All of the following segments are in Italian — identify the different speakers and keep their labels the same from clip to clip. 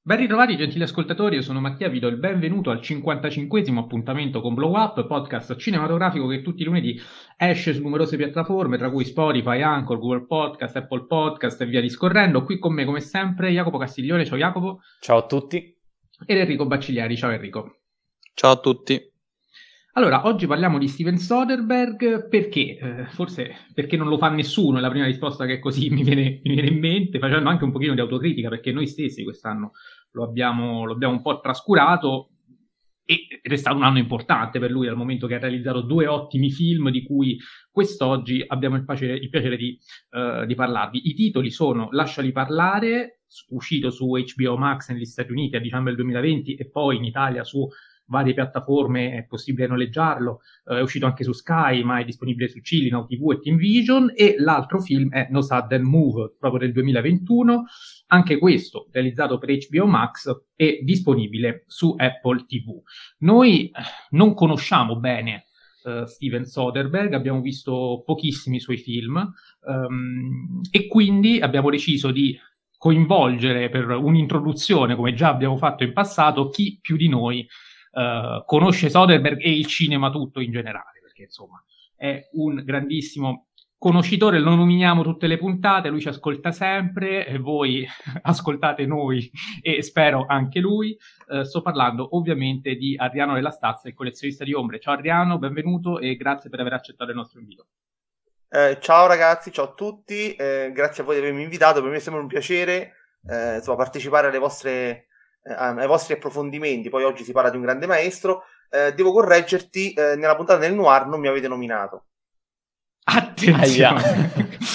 Speaker 1: Ben ritrovati gentili ascoltatori, io sono Mattia, vi do il benvenuto al 55esimo appuntamento con Blow Up, podcast cinematografico che tutti i lunedì esce su numerose piattaforme, tra cui Spotify, Anchor, Google Podcast, Apple Podcast e via discorrendo. Qui con me, come sempre, Jacopo Castiglione, ciao Jacopo.
Speaker 2: Ciao a tutti.
Speaker 1: Ed Enrico Baccigliari, ciao Enrico.
Speaker 3: Ciao a tutti.
Speaker 1: Allora, oggi parliamo di Steven Soderbergh perché, forse perché non lo fa nessuno, è la prima risposta che così mi viene in mente, facendo anche un pochino di autocritica, perché noi stessi quest'anno lo abbiamo un po' trascurato ed è stato un anno importante per lui dal momento che ha realizzato due ottimi film di cui quest'oggi abbiamo il piacere di parlarvi. I titoli sono Lasciali parlare, uscito su HBO Max negli Stati Uniti a dicembre del 2020 e poi in Italia su varie piattaforme è possibile noleggiarlo, è uscito anche su Sky ma è disponibile su Cili, Now TV e Team Vision, e l'altro film è No Sudden Move, proprio del 2021, anche questo realizzato per HBO Max e disponibile su Apple TV. Noi non conosciamo bene Steven Soderbergh, abbiamo visto pochissimi suoi film e quindi abbiamo deciso di coinvolgere per un'introduzione, come già abbiamo fatto in passato, chi più di noi conosce Soderbergh e il cinema tutto in generale, perché insomma è un grandissimo conoscitore, lo nominiamo tutte le puntate, lui ci ascolta sempre e voi ascoltate noi e spero anche lui. Sto parlando ovviamente di Adriano Della Stazza, il collezionista di ombre. Ciao Adriano, benvenuto e grazie per aver accettato il nostro invito.
Speaker 4: Ciao ragazzi, ciao a tutti, grazie a voi di avermi invitato, per me sembra un piacere partecipare ai vostri approfondimenti. Poi oggi si parla di un grande maestro. Devo correggerti, nella puntata del Noir non mi avete nominato.
Speaker 1: Attenzione!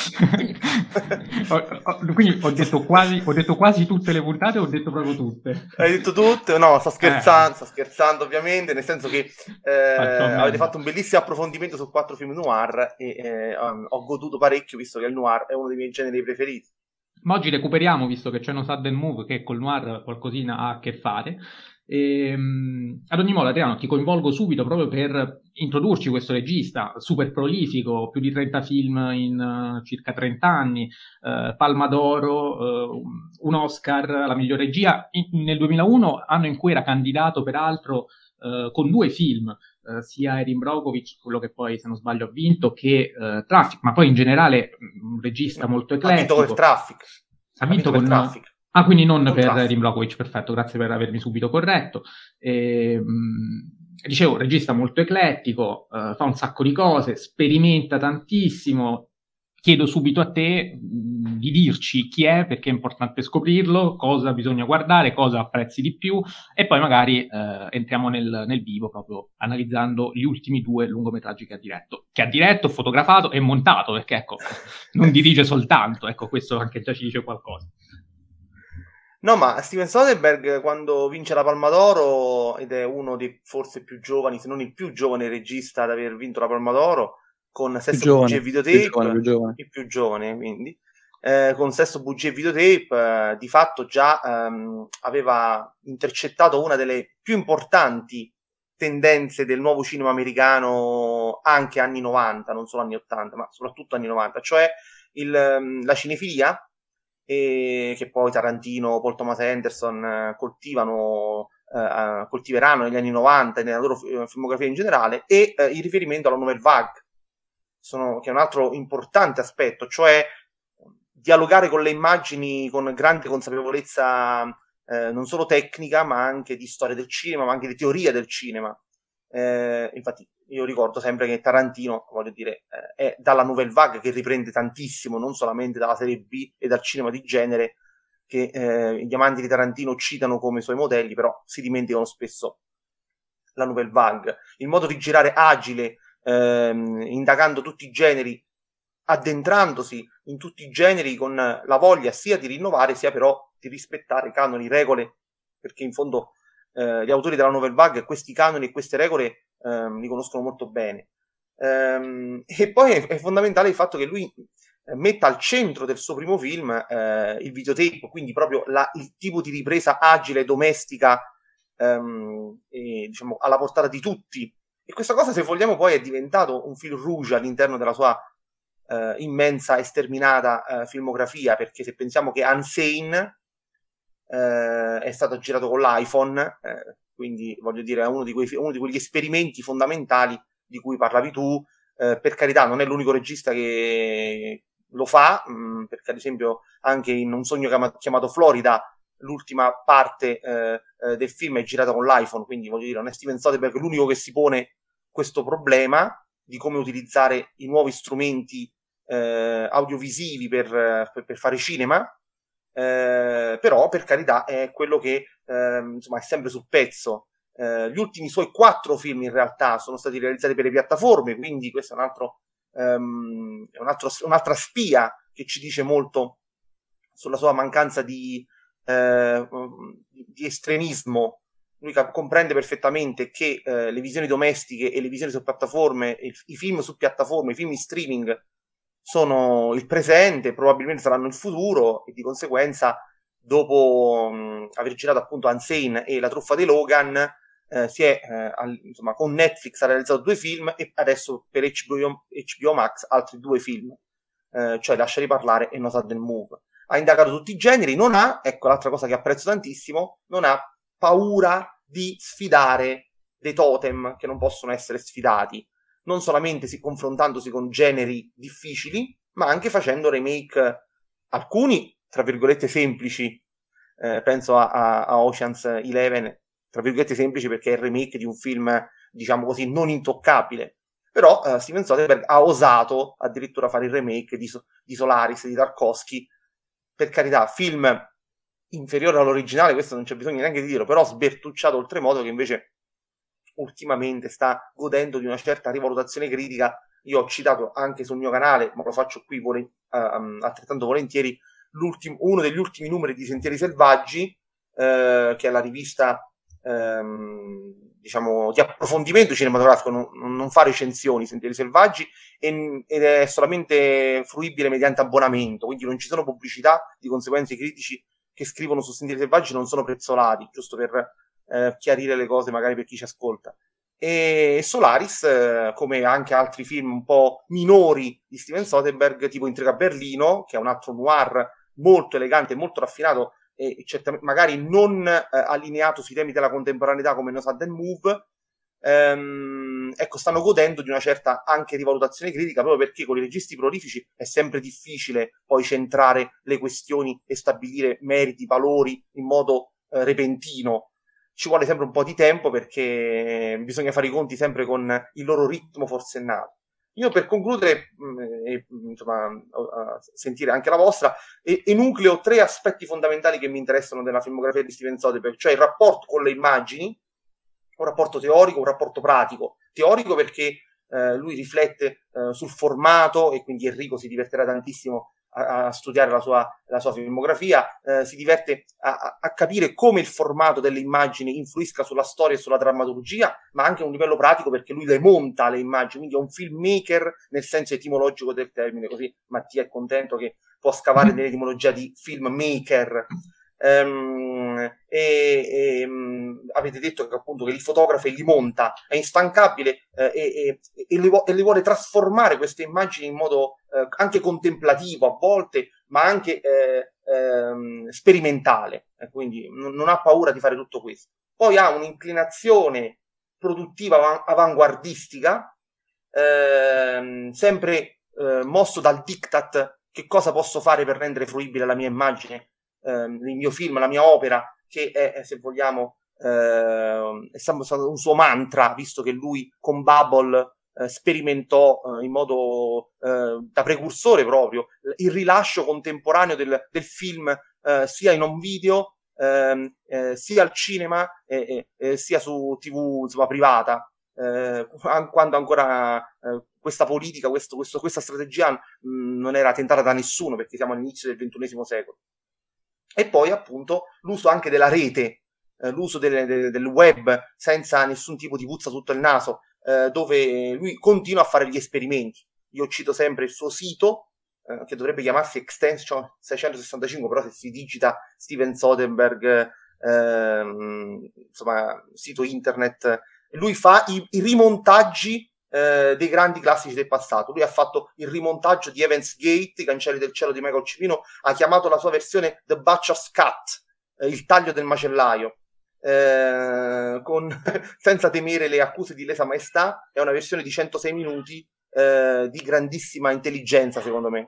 Speaker 1: Quindi ho detto quasi tutte le puntate o ho detto proprio tutte?
Speaker 4: Hai detto tutte? No, sto scherzando ovviamente, nel senso che avete fatto un bellissimo approfondimento su 4 film noir e ho goduto parecchio, visto che il noir è uno dei miei generi preferiti.
Speaker 1: Ma oggi recuperiamo, visto che c'è No Sudden Move che col noir qualcosina ha a che fare. Ad ogni modo, Adriano, ti coinvolgo subito proprio per introdurci questo regista super prolifico, più di 30 film in circa 30 anni, Palma d'Oro, un Oscar alla miglior regia nel 2001, anno in cui era candidato peraltro con 2 film, sia Erin Brockovich, quello che poi se non sbaglio ha vinto, che Traffic, ma poi in generale un regista molto eclettico.
Speaker 4: Ha vinto con Traffic.
Speaker 1: Ha vinto con Traffic. Ah, quindi non per Erin Brockovich, perfetto, grazie per avermi subito corretto. Dicevo, regista molto eclettico, fa un sacco di cose, sperimenta tantissimo. Chiedo subito a te di dirci chi è, perché è importante scoprirlo, cosa bisogna guardare, cosa apprezzi di più, e poi magari entriamo nel vivo, proprio analizzando gli ultimi 2 lungometraggi che ha diretto, fotografato e montato, perché ecco, non dirige soltanto, ecco, questo anche già ci dice qualcosa.
Speaker 4: No, ma Steven Soderbergh, quando vince la Palma d'Oro, ed è uno dei forse più giovani, se non il più giovane regista ad aver vinto la Palma d'Oro, con Sesso, Bugie e Videotape, il più giovane, quindi, con Sesso, Bugie e Videotape, di fatto già aveva intercettato una delle più importanti tendenze del nuovo cinema americano, anche anni 90, non solo anni 80, ma soprattutto anni 90, cioè la cinefilia, e che poi Tarantino, Paul Thomas Anderson coltiveranno negli anni 90 e nella loro filmografia in generale, e il riferimento alla nouvelle vague, che è un altro importante aspetto, cioè dialogare con le immagini con grande consapevolezza non solo tecnica, ma anche di storia del cinema, ma anche di teoria del cinema. Infatti io ricordo sempre che Tarantino, voglio dire, è dalla nouvelle vague che riprende tantissimo, non solamente dalla serie B e dal cinema di genere, che gli amanti di Tarantino citano come suoi modelli, però si dimenticano spesso la nouvelle vague. Il modo di girare agile, indagando tutti i generi, addentrandosi in tutti i generi con la voglia sia di rinnovare, sia però di rispettare canoni, regole, perché in fondo gli autori della nouvelle vague questi canoni e queste regole li conoscono molto bene. E poi è fondamentale il fatto che lui metta al centro del suo primo film il videotape, quindi proprio il tipo di ripresa agile, domestica, e, diciamo, alla portata di tutti. E questa cosa, se vogliamo, poi è diventato un fil rouge all'interno della sua immensa e sterminata filmografia, perché se pensiamo che Unsane è stato girato con l'iPhone, quindi voglio dire è uno di quegli esperimenti fondamentali di cui parlavi tu. Per carità non è l'unico regista che lo fa, perché ad esempio anche in Un sogno chiamato Florida l'ultima parte del film è girata con l'iPhone, quindi voglio dire non è Steven Soderbergh l'unico che si pone questo problema di come utilizzare i nuovi strumenti audiovisivi per fare cinema. Però per carità è quello che insomma è sempre sul pezzo. Gli ultimi suoi 4 film in realtà sono stati realizzati per le piattaforme, quindi questo è un'altra spia che ci dice molto sulla sua mancanza di estremismo. Lui comprende perfettamente che le visioni domestiche e le visioni su piattaforme, i film su piattaforme, i film in streaming sono il presente, probabilmente saranno il futuro, e di conseguenza dopo aver girato appunto Unsane e La truffa di Logan insomma, con Netflix ha realizzato 2 film e adesso per HBO Max altri 2 film, cioè Lasciali parlare e No Sudden Move. Ha indagato tutti i generi, non ha, ecco l'altra cosa che apprezzo tantissimo, non ha paura di sfidare dei totem che non possono essere sfidati, non solamente confrontandosi con generi difficili, ma anche facendo remake, alcuni tra virgolette semplici, penso a Ocean's 11, tra virgolette semplici perché è il remake di un film, diciamo così, non intoccabile. Però Steven Soderbergh ha osato addirittura fare il remake di Solaris, di Tarkovsky, per carità, film inferiore all'originale, questo non c'è bisogno neanche di dirlo, però sbertucciato oltremodo, che invece ultimamente sta godendo di una certa rivalutazione critica. Io ho citato anche sul mio canale, ma lo faccio qui altrettanto volentieri, uno degli ultimi numeri di Sentieri Selvaggi, che è la rivista diciamo di approfondimento cinematografico, non fa recensioni Sentieri Selvaggi, ed è solamente fruibile mediante abbonamento, quindi non ci sono pubblicità, di conseguenza i critici che scrivono su Sentieri Selvaggi non sono prezzolati, giusto per chiarire le cose magari per chi ci ascolta. E Solaris, come anche altri film un po' minori di Steven Soderbergh, tipo Intriga a Berlino, che è un altro noir molto elegante e molto raffinato, e certamente magari non allineato sui temi della contemporaneità come No Sudden Move, ecco, stanno godendo di una certa anche rivalutazione critica, proprio perché con i registi prolifici è sempre difficile poi centrare le questioni e stabilire meriti, valori in modo repentino. Ci vuole sempre un po' di tempo perché bisogna fare i conti sempre con il loro ritmo forsennato. Io per concludere insomma sentire anche la vostra, enucleo 3 aspetti fondamentali che mi interessano della filmografia di Steven Soderbergh, cioè il rapporto con le immagini, un rapporto teorico, un rapporto pratico. Teorico perché lui riflette sul formato, e quindi Enrico si diverterà tantissimo a studiare la sua filmografia, si diverte a capire come il formato delle immagini influisca sulla storia e sulla drammaturgia, ma anche a un livello pratico perché lui le monta le immagini, quindi è un filmmaker nel senso etimologico del termine, così Mattia è contento che può scavare nell'etimologia di filmmaker. Avete detto che appunto che li fotografa e li monta, è instancabile, e li vuole trasformare queste immagini in modo anche contemplativo a volte, ma anche sperimentale, quindi non ha paura di fare tutto questo. Poi ha un'inclinazione produttiva avanguardistica, sempre mosso dal diktat: che cosa posso fare per rendere fruibile la mia immagine, il mio film, la mia opera, che è, se vogliamo, è sempre stato un suo mantra, visto che lui con Babel sperimentò in modo da precursore proprio il rilascio contemporaneo del film, sia in home video, sia al cinema, sia su TV insomma, privata, quando ancora questa politica, questa strategia non era tentata da nessuno, perché siamo all'inizio del XXI secolo. E poi appunto l'uso anche della rete, l'uso del web senza nessun tipo di puzza sotto il naso, dove lui continua a fare gli esperimenti. Io cito sempre il suo sito, che dovrebbe chiamarsi Extension 665, però se si digita Steven Soderbergh, insomma, sito internet, lui fa i rimontaggi dei grandi classici del passato. Lui ha fatto il rimontaggio di Heaven's Gate, I cancelli del cielo di Michael Cimino, ha chiamato la sua versione The Butcher's Cut, Il taglio del macellaio, senza temere le accuse di lesa maestà. È una versione di 106 minuti di grandissima intelligenza, secondo me.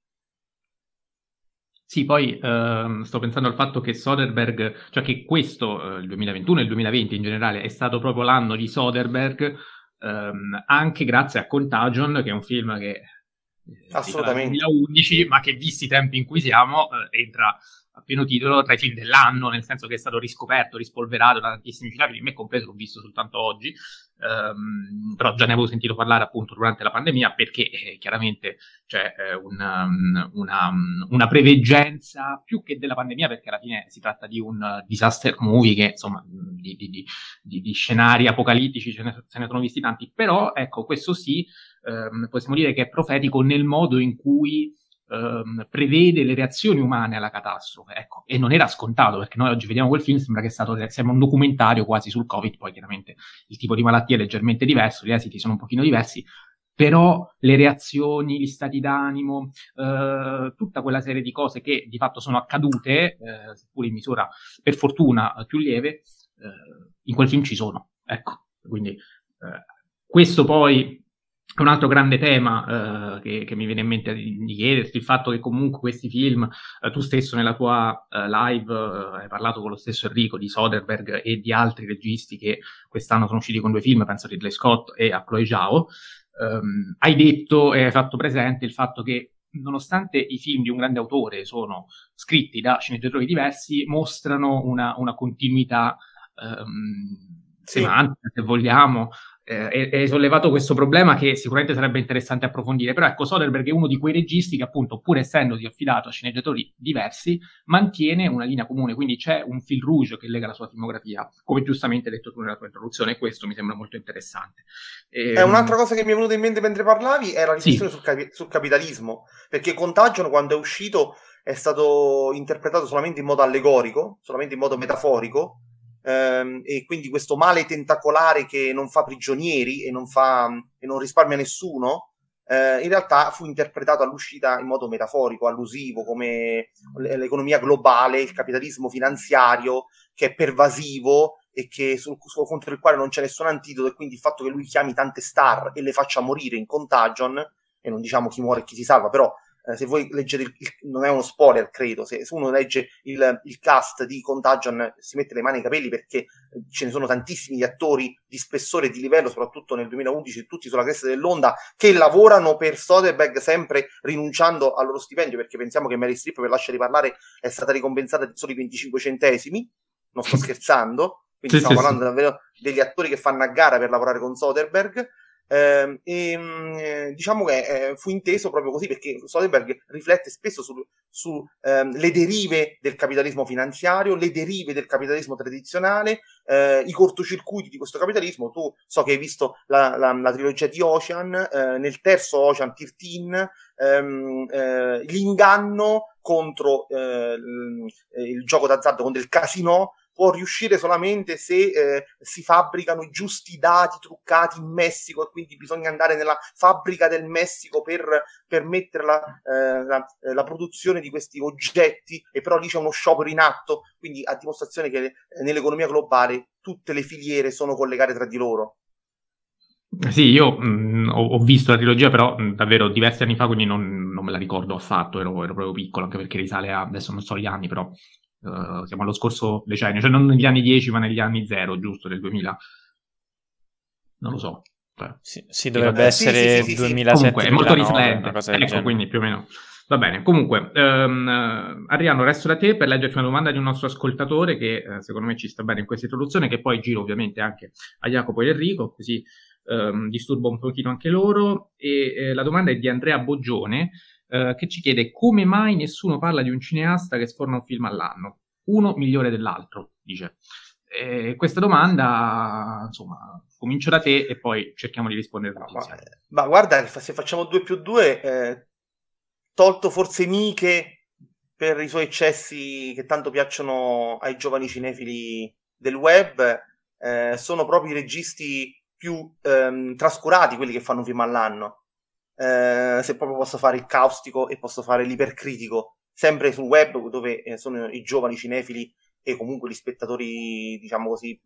Speaker 1: Sì, poi sto pensando al fatto che Soderbergh, cioè che questo, il 2021 e il 2020 in generale, è stato proprio l'anno di Soderbergh, anche grazie a Contagion, che è un film che risale al 2011, ma che, visti i tempi in cui siamo, entra a pieno titolo tra i film dell'anno, nel senso che è stato riscoperto, rispolverato da tantissimi cinefili, me compreso, l'ho visto soltanto oggi, però già ne avevo sentito parlare appunto durante la pandemia, perché chiaramente c'è una preveggenza più che della pandemia, perché alla fine si tratta di un disaster movie che insomma di scenari apocalittici se ne sono visti tanti, però ecco, questo sì, possiamo dire che è profetico nel modo in cui prevede le reazioni umane alla catastrofe, ecco, e non era scontato, perché noi oggi vediamo quel film, sembra un documentario quasi sul Covid, poi chiaramente il tipo di malattia è leggermente diverso, gli esiti sono un pochino diversi, però le reazioni, gli stati d'animo, tutta quella serie di cose che di fatto sono accadute, seppur in misura per fortuna più lieve, in quel film ci sono, ecco, quindi questo poi un altro grande tema che mi viene in mente di chiederti, il fatto che comunque questi film, tu stesso nella tua live hai parlato con lo stesso Enrico di Soderbergh e di altri registi che quest'anno sono usciti con 2 film, penso a Ridley Scott e a Chloe Zhao, hai detto e hai fatto presente il fatto che nonostante i film di un grande autore sono scritti da sceneggiatori diversi, mostrano una continuità semantica, se vogliamo, e hai sollevato questo problema che sicuramente sarebbe interessante approfondire, però ecco, Soderbergh è uno di quei registi che appunto, pur essendosi affidato a sceneggiatori diversi, mantiene una linea comune, quindi c'è un fil rouge che lega la sua filmografia, come giustamente hai detto tu nella tua introduzione, e questo mi sembra molto interessante.
Speaker 4: Un'altra cosa che mi è venuta in mente mentre parlavi è la riflessione sul capitalismo, perché Contagion, quando è uscito, è stato interpretato solamente in modo allegorico, solamente in modo metaforico, e quindi questo male tentacolare che non fa prigionieri e non risparmia nessuno, in realtà fu interpretato all'uscita in modo metaforico, allusivo, come l'economia globale, il capitalismo finanziario che è pervasivo e che contro il quale non c'è nessun antidoto, e quindi il fatto che lui chiami tante star e le faccia morire in Contagion, e non diciamo chi muore e chi si salva, però se voi leggete non è uno spoiler, credo, se uno legge il cast di Contagion si mette le mani nei capelli, perché ce ne sono tantissimi di attori di spessore e di livello, soprattutto nel 2011, tutti sulla cresta dell'onda, che lavorano per Soderbergh sempre rinunciando al loro stipendio, perché pensiamo che Meryl Streep, per lasciare parlare, è stata ricompensata di soli 25 centesimi, non sto scherzando, quindi stiamo parlando davvero degli attori che fanno a gara per lavorare con Soderbergh. Diciamo che fu inteso proprio così, perché Soderbergh riflette spesso su le derive del capitalismo finanziario, le derive del capitalismo tradizionale, i cortocircuiti di questo capitalismo. Tu so che hai visto la trilogia di Ocean, nel terzo Ocean 13, l'inganno contro il gioco d'azzardo, contro il casino, può riuscire solamente se si fabbricano i giusti dati truccati in Messico, e quindi bisogna andare nella fabbrica del Messico per mettere la produzione di questi oggetti, e però lì c'è uno sciopero in atto, quindi a dimostrazione che nell'economia globale tutte le filiere sono collegate tra di loro.
Speaker 1: Sì, io ho visto la trilogia, però davvero diversi anni fa, quindi non me la ricordo affatto, ero proprio piccolo, anche perché risale a, adesso non so gli anni, però siamo allo scorso decennio, cioè non negli anni 10 ma negli anni 0, giusto, del 2000, non lo so.
Speaker 2: Sì, dovrebbe essere 2007.
Speaker 1: Comunque è molto risalente, ecco, quindi più o meno. Va bene, comunque, Adriano, resto da te per leggerti una domanda di un nostro ascoltatore che secondo me ci sta bene in questa introduzione, che poi giro ovviamente anche a Jacopo e Enrico, così disturbo un pochino anche loro, e la domanda è di Andrea Boggione, che ci chiede come mai nessuno parla di un cineasta che sforna un film all'anno, uno migliore dell'altro, dice. Questa domanda, insomma, comincio da te e poi cerchiamo di rispondere tutti insieme.
Speaker 4: Ma guarda, se facciamo 2+2, tolto forse Miche per i suoi eccessi che tanto piacciono ai giovani cinefili del web, sono proprio i registi più trascurati quelli che fanno un film all'anno. Se proprio posso fare il caustico e posso fare l'ipercritico, sempre sul web, dove sono i giovani cinefili e comunque gli spettatori, diciamo così,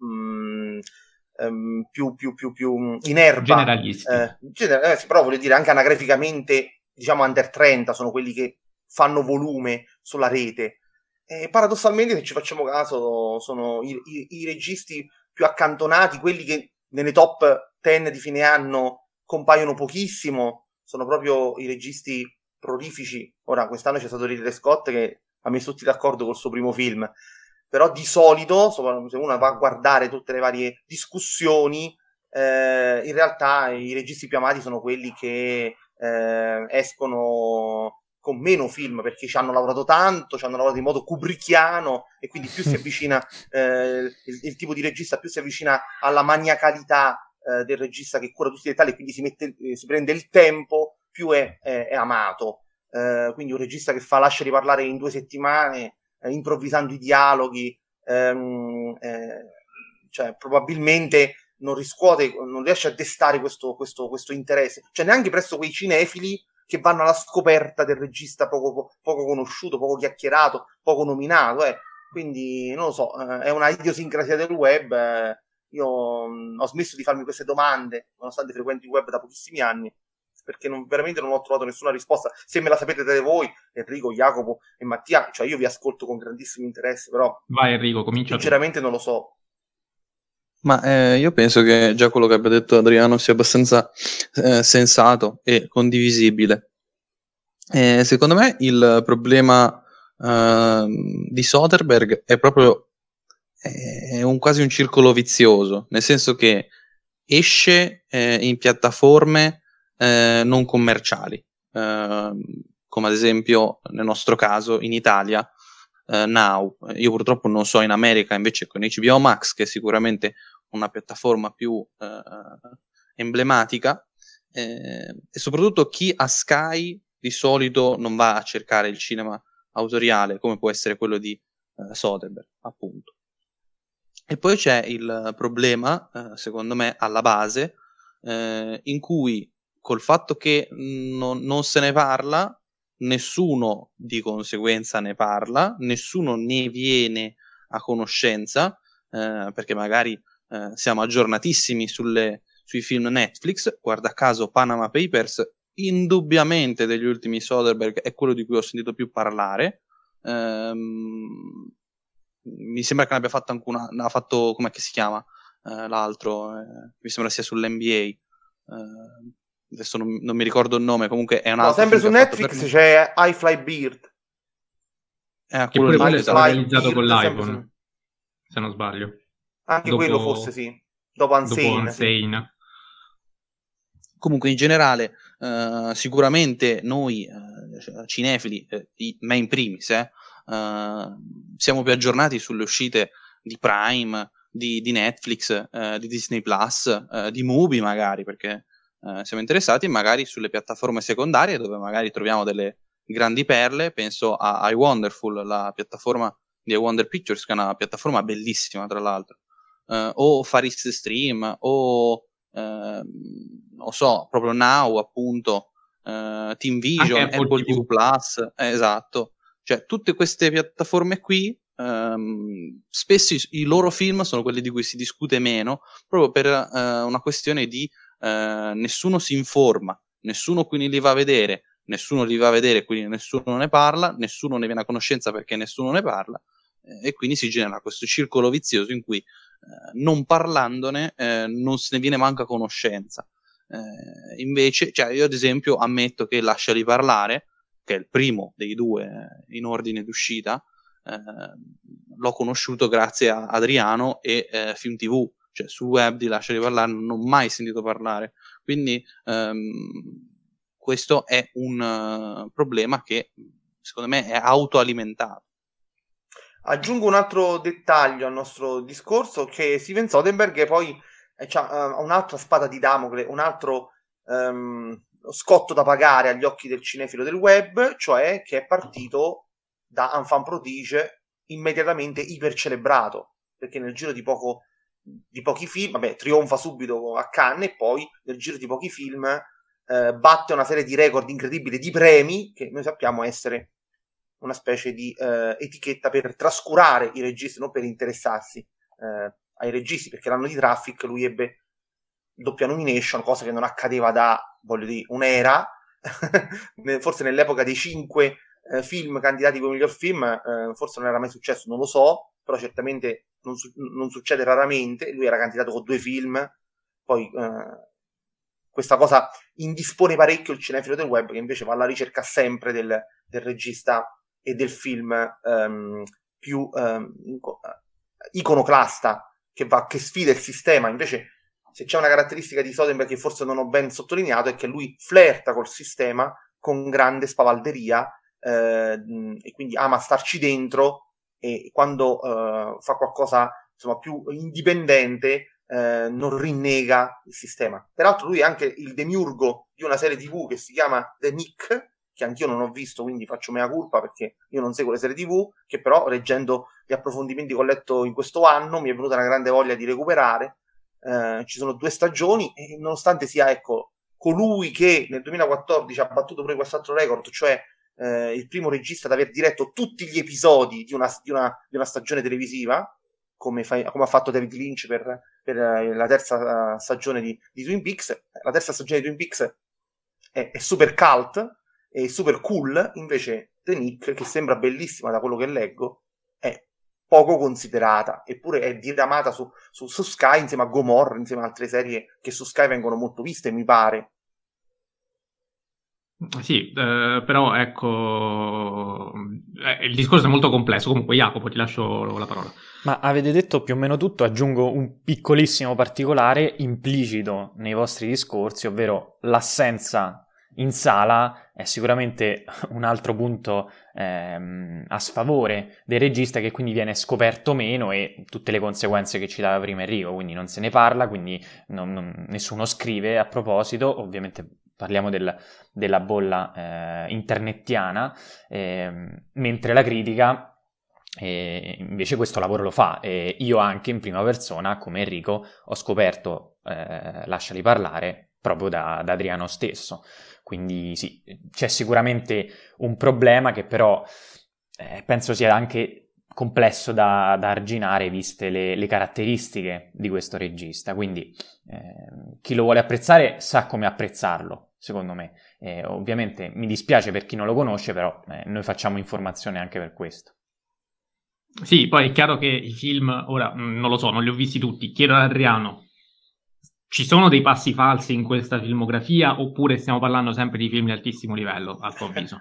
Speaker 4: più in erba,
Speaker 1: generalisti.
Speaker 4: Sì, però voglio dire anche anagraficamente, diciamo under 30 sono quelli che fanno volume sulla rete, e paradossalmente, se ci facciamo caso, sono i registi più accantonati, quelli che nelle top 10 di fine anno compaiono pochissimo, sono proprio i registi prolifici. Ora, quest'anno c'è stato Ridley Scott che ha messo tutti d'accordo col suo primo film, però di solito, se uno va a guardare tutte le varie discussioni, in realtà i registi più amati sono quelli che escono con meno film, perché ci hanno lavorato tanto, ci hanno lavorato in modo kubrickiano, e quindi più si avvicina il tipo di regista, più si avvicina alla maniacalità del regista che cura tutti i dettagli, quindi si prende il tempo, più è amato. Quindi un regista che fa lasciali parlare in 2 settimane, improvvisando i dialoghi, cioè probabilmente non riesce a destare questo interesse, cioè neanche presso quei cinefili che vanno alla scoperta del regista poco conosciuto, poco chiacchierato, poco nominato. Quindi non lo so, è una idiosincrasia del web. Io ho smesso di farmi queste domande, nonostante frequenti il web da pochissimi anni, perché veramente non ho trovato nessuna risposta. Se me la sapete date voi, Enrico, Jacopo e Mattia, cioè io vi ascolto con grandissimo interesse, però
Speaker 1: vai Enrico, comincia
Speaker 4: sinceramente non lo so.
Speaker 3: Ma io penso che già quello che abbia detto Adriano sia abbastanza sensato e condivisibile. Secondo me il problema di Soderbergh è proprio quasi un circolo vizioso, nel senso che esce in piattaforme non commerciali, come ad esempio nel nostro caso in Italia Now. Io purtroppo non so in America invece con HBO Max, che è sicuramente una piattaforma più emblematica, e soprattutto chi ha Sky di solito non va a cercare il cinema autoriale come può essere quello di Soderbergh, appunto. E poi c'è il problema, secondo me, alla base, in cui col fatto che non se ne parla, nessuno di conseguenza ne parla, nessuno ne viene a conoscenza, perché magari siamo aggiornatissimi sui film Netflix. Guarda caso Panama Papers, indubbiamente degli ultimi Soderbergh, è quello di cui ho sentito più parlare. Mi sembra che ne abbia fatto anche ha fatto, com'è che si chiama l'altro, mi sembra sia sull'NBA, adesso non mi ricordo il nome, comunque è un altro
Speaker 4: sempre su Netflix c'è I Fly Bird,
Speaker 1: che pure quello è stato realizzato con l'iPhone, se non sbaglio,
Speaker 4: anche quello forse sì, dopo Unsane.
Speaker 1: Sì.
Speaker 3: Comunque in generale sicuramente noi cinefili, me in primis, siamo più aggiornati sulle uscite di Prime, di Netflix, di Disney Plus, di Mubi magari, perché siamo interessati, magari sulle piattaforme secondarie dove magari troviamo delle grandi perle. Penso a iWonderful, la piattaforma di iWonder Pictures, che è una piattaforma bellissima tra l'altro, o Far East Stream, o non so, proprio Now, appunto, Team Vision, Apple TV Plus, esatto. Cioè, tutte queste piattaforme qui, spesso i loro film sono quelli di cui si discute meno, proprio per una questione di nessuno si informa, nessuno quindi li va a vedere, nessuno li va a vedere, quindi nessuno ne parla, nessuno ne viene a conoscenza perché nessuno ne parla, e quindi si genera questo circolo vizioso in cui non parlandone non se ne viene manco a conoscenza. Invece, cioè, io ad esempio ammetto che Lasciali parlare, che è il primo dei due in ordine d'uscita, l'ho conosciuto grazie a Adriano e Film TV, cioè sul web di Lasciali parlare non ho mai sentito parlare, quindi questo è un problema che secondo me è autoalimentato.
Speaker 4: Aggiungo un altro dettaglio al nostro discorso, che Steven Soderbergh poi ha un'altra spada di Damocle, un altro scotto da pagare agli occhi del cinefilo del web, cioè che è partito da Enfant Prodige immediatamente ipercelebrato, perché nel giro di pochi film, trionfa subito a Cannes, e poi nel giro di pochi film batte una serie di record incredibili di premi che noi sappiamo essere una specie di etichetta per trascurare i registi, non per interessarsi ai registi, perché l'anno di Traffic lui ebbe doppia nomination, cosa che non accadeva da, voglio dire, un'era, forse nell'epoca dei 5 film candidati come miglior film, forse non era mai successo, non lo so, però certamente non succede raramente. Lui era candidato con 2 film, poi questa cosa indispone parecchio il cinefilo del web, che invece va alla ricerca sempre del regista e del film più iconoclasta, che sfida il sistema. Invece, se c'è una caratteristica di Soderbergh che forse non ho ben sottolineato, è che lui flirta col sistema con grande spavalderia, e quindi ama starci dentro, e quando fa qualcosa insomma più indipendente non rinnega il sistema. Peraltro lui è anche il demiurgo di una serie TV che si chiama The Nick, che anch'io non ho visto, quindi faccio mea culpa perché io non seguo le serie TV, che però leggendo gli approfondimenti che ho letto in questo anno mi è venuta una grande voglia di recuperare. Ci sono 2 stagioni e nonostante sia, ecco, colui che nel 2014 ha battuto pure quest'altro record, cioè il primo regista ad aver diretto tutti gli episodi di una stagione televisiva, come ha fatto David Lynch per la terza stagione di Twin Peaks. La terza stagione di Twin Peaks è super cult, è super cool, invece The Nick, che sembra bellissima da quello che leggo, è poco considerata, eppure è diramata su Sky insieme a Gomorrah, insieme a altre serie che su Sky vengono molto viste, mi pare.
Speaker 1: Sì, però ecco, il discorso è molto complesso. Comunque, Jacopo, ti lascio la parola.
Speaker 2: Ma avete detto più o meno tutto, aggiungo un piccolissimo particolare implicito nei vostri discorsi, ovvero l'assenza in sala è sicuramente un altro punto a sfavore del regista, che quindi viene scoperto meno, e tutte le conseguenze che ci dava prima Enrico, quindi non se ne parla, quindi nessuno scrive a proposito. Ovviamente parliamo della bolla internettiana, mentre la critica invece questo lavoro lo fa. Io anche in prima persona, come Enrico, ho scoperto Lasciali parlare proprio da Adriano stesso. Quindi sì, c'è sicuramente un problema che però penso sia anche complesso da arginare, viste le caratteristiche di questo regista. Quindi chi lo vuole apprezzare sa come apprezzarlo, secondo me. Ovviamente mi dispiace per chi non lo conosce, però noi facciamo informazione anche per questo.
Speaker 1: Sì, poi è chiaro che i film, ora non lo so, non li ho visti tutti. Chiedo ad Adriano, ci sono dei passi falsi in questa filmografia, oppure stiamo parlando sempre di film di altissimo livello, al tuo avviso?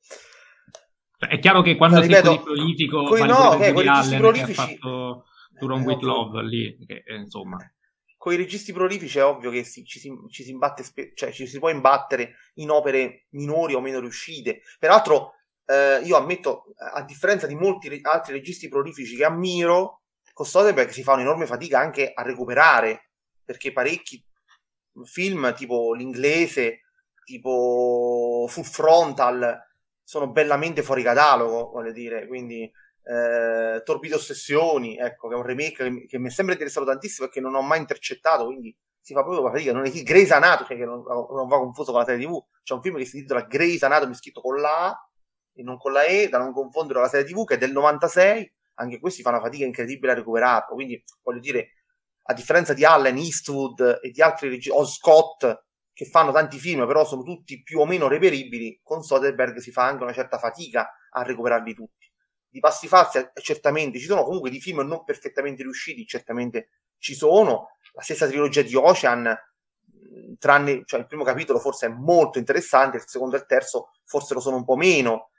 Speaker 1: È chiaro che quando sei così prolifico,
Speaker 4: con i registi prolifici,
Speaker 1: ha fatto To Rome With Love lì, che, insomma.
Speaker 4: Con i registi prolifici è ovvio che ci si imbatte, cioè ci si può imbattere in opere minori o meno riuscite. Peraltro io ammetto, a differenza di molti altri registi prolifici che ammiro, con Soderbergh si fa un'enorme fatica anche a recuperare, perché parecchi film tipo L'Inglese, tipo Full Frontal, sono bellamente fuori catalogo, voglio dire. Quindi Torpide Ossessioni, ecco, che è un remake che mi è sempre interessato tantissimo e che non ho mai intercettato, quindi si fa proprio fatica. Non è Grey's Anatomy, che non va confuso con la serie TV. C'è un film che si intitola Grey's Anatomy, scritto con la A e non con la E, da non confondere con la serie TV, che è del 96. Anche questi fa una fatica incredibile a recuperarlo. Quindi, voglio dire, a differenza di Allen, Eastwood e di altri registi, o Scott, che fanno tanti film, però sono tutti più o meno reperibili, con Soderbergh si fa anche una certa fatica a recuperarli tutti. Di passi falsi certamente ci sono, comunque di film non perfettamente riusciti certamente ci sono. La stessa trilogia di Ocean, tranne, cioè il primo capitolo forse è molto interessante, il secondo e il terzo forse lo sono un po' meno,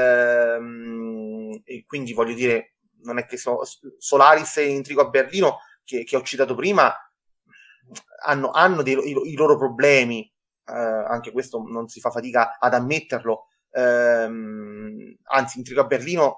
Speaker 4: e quindi voglio dire, non è che Solaris e Intrigo a Berlino, che ho citato prima, hanno i loro problemi, anche questo non si fa fatica ad ammetterlo, anzi Intrigo a Berlino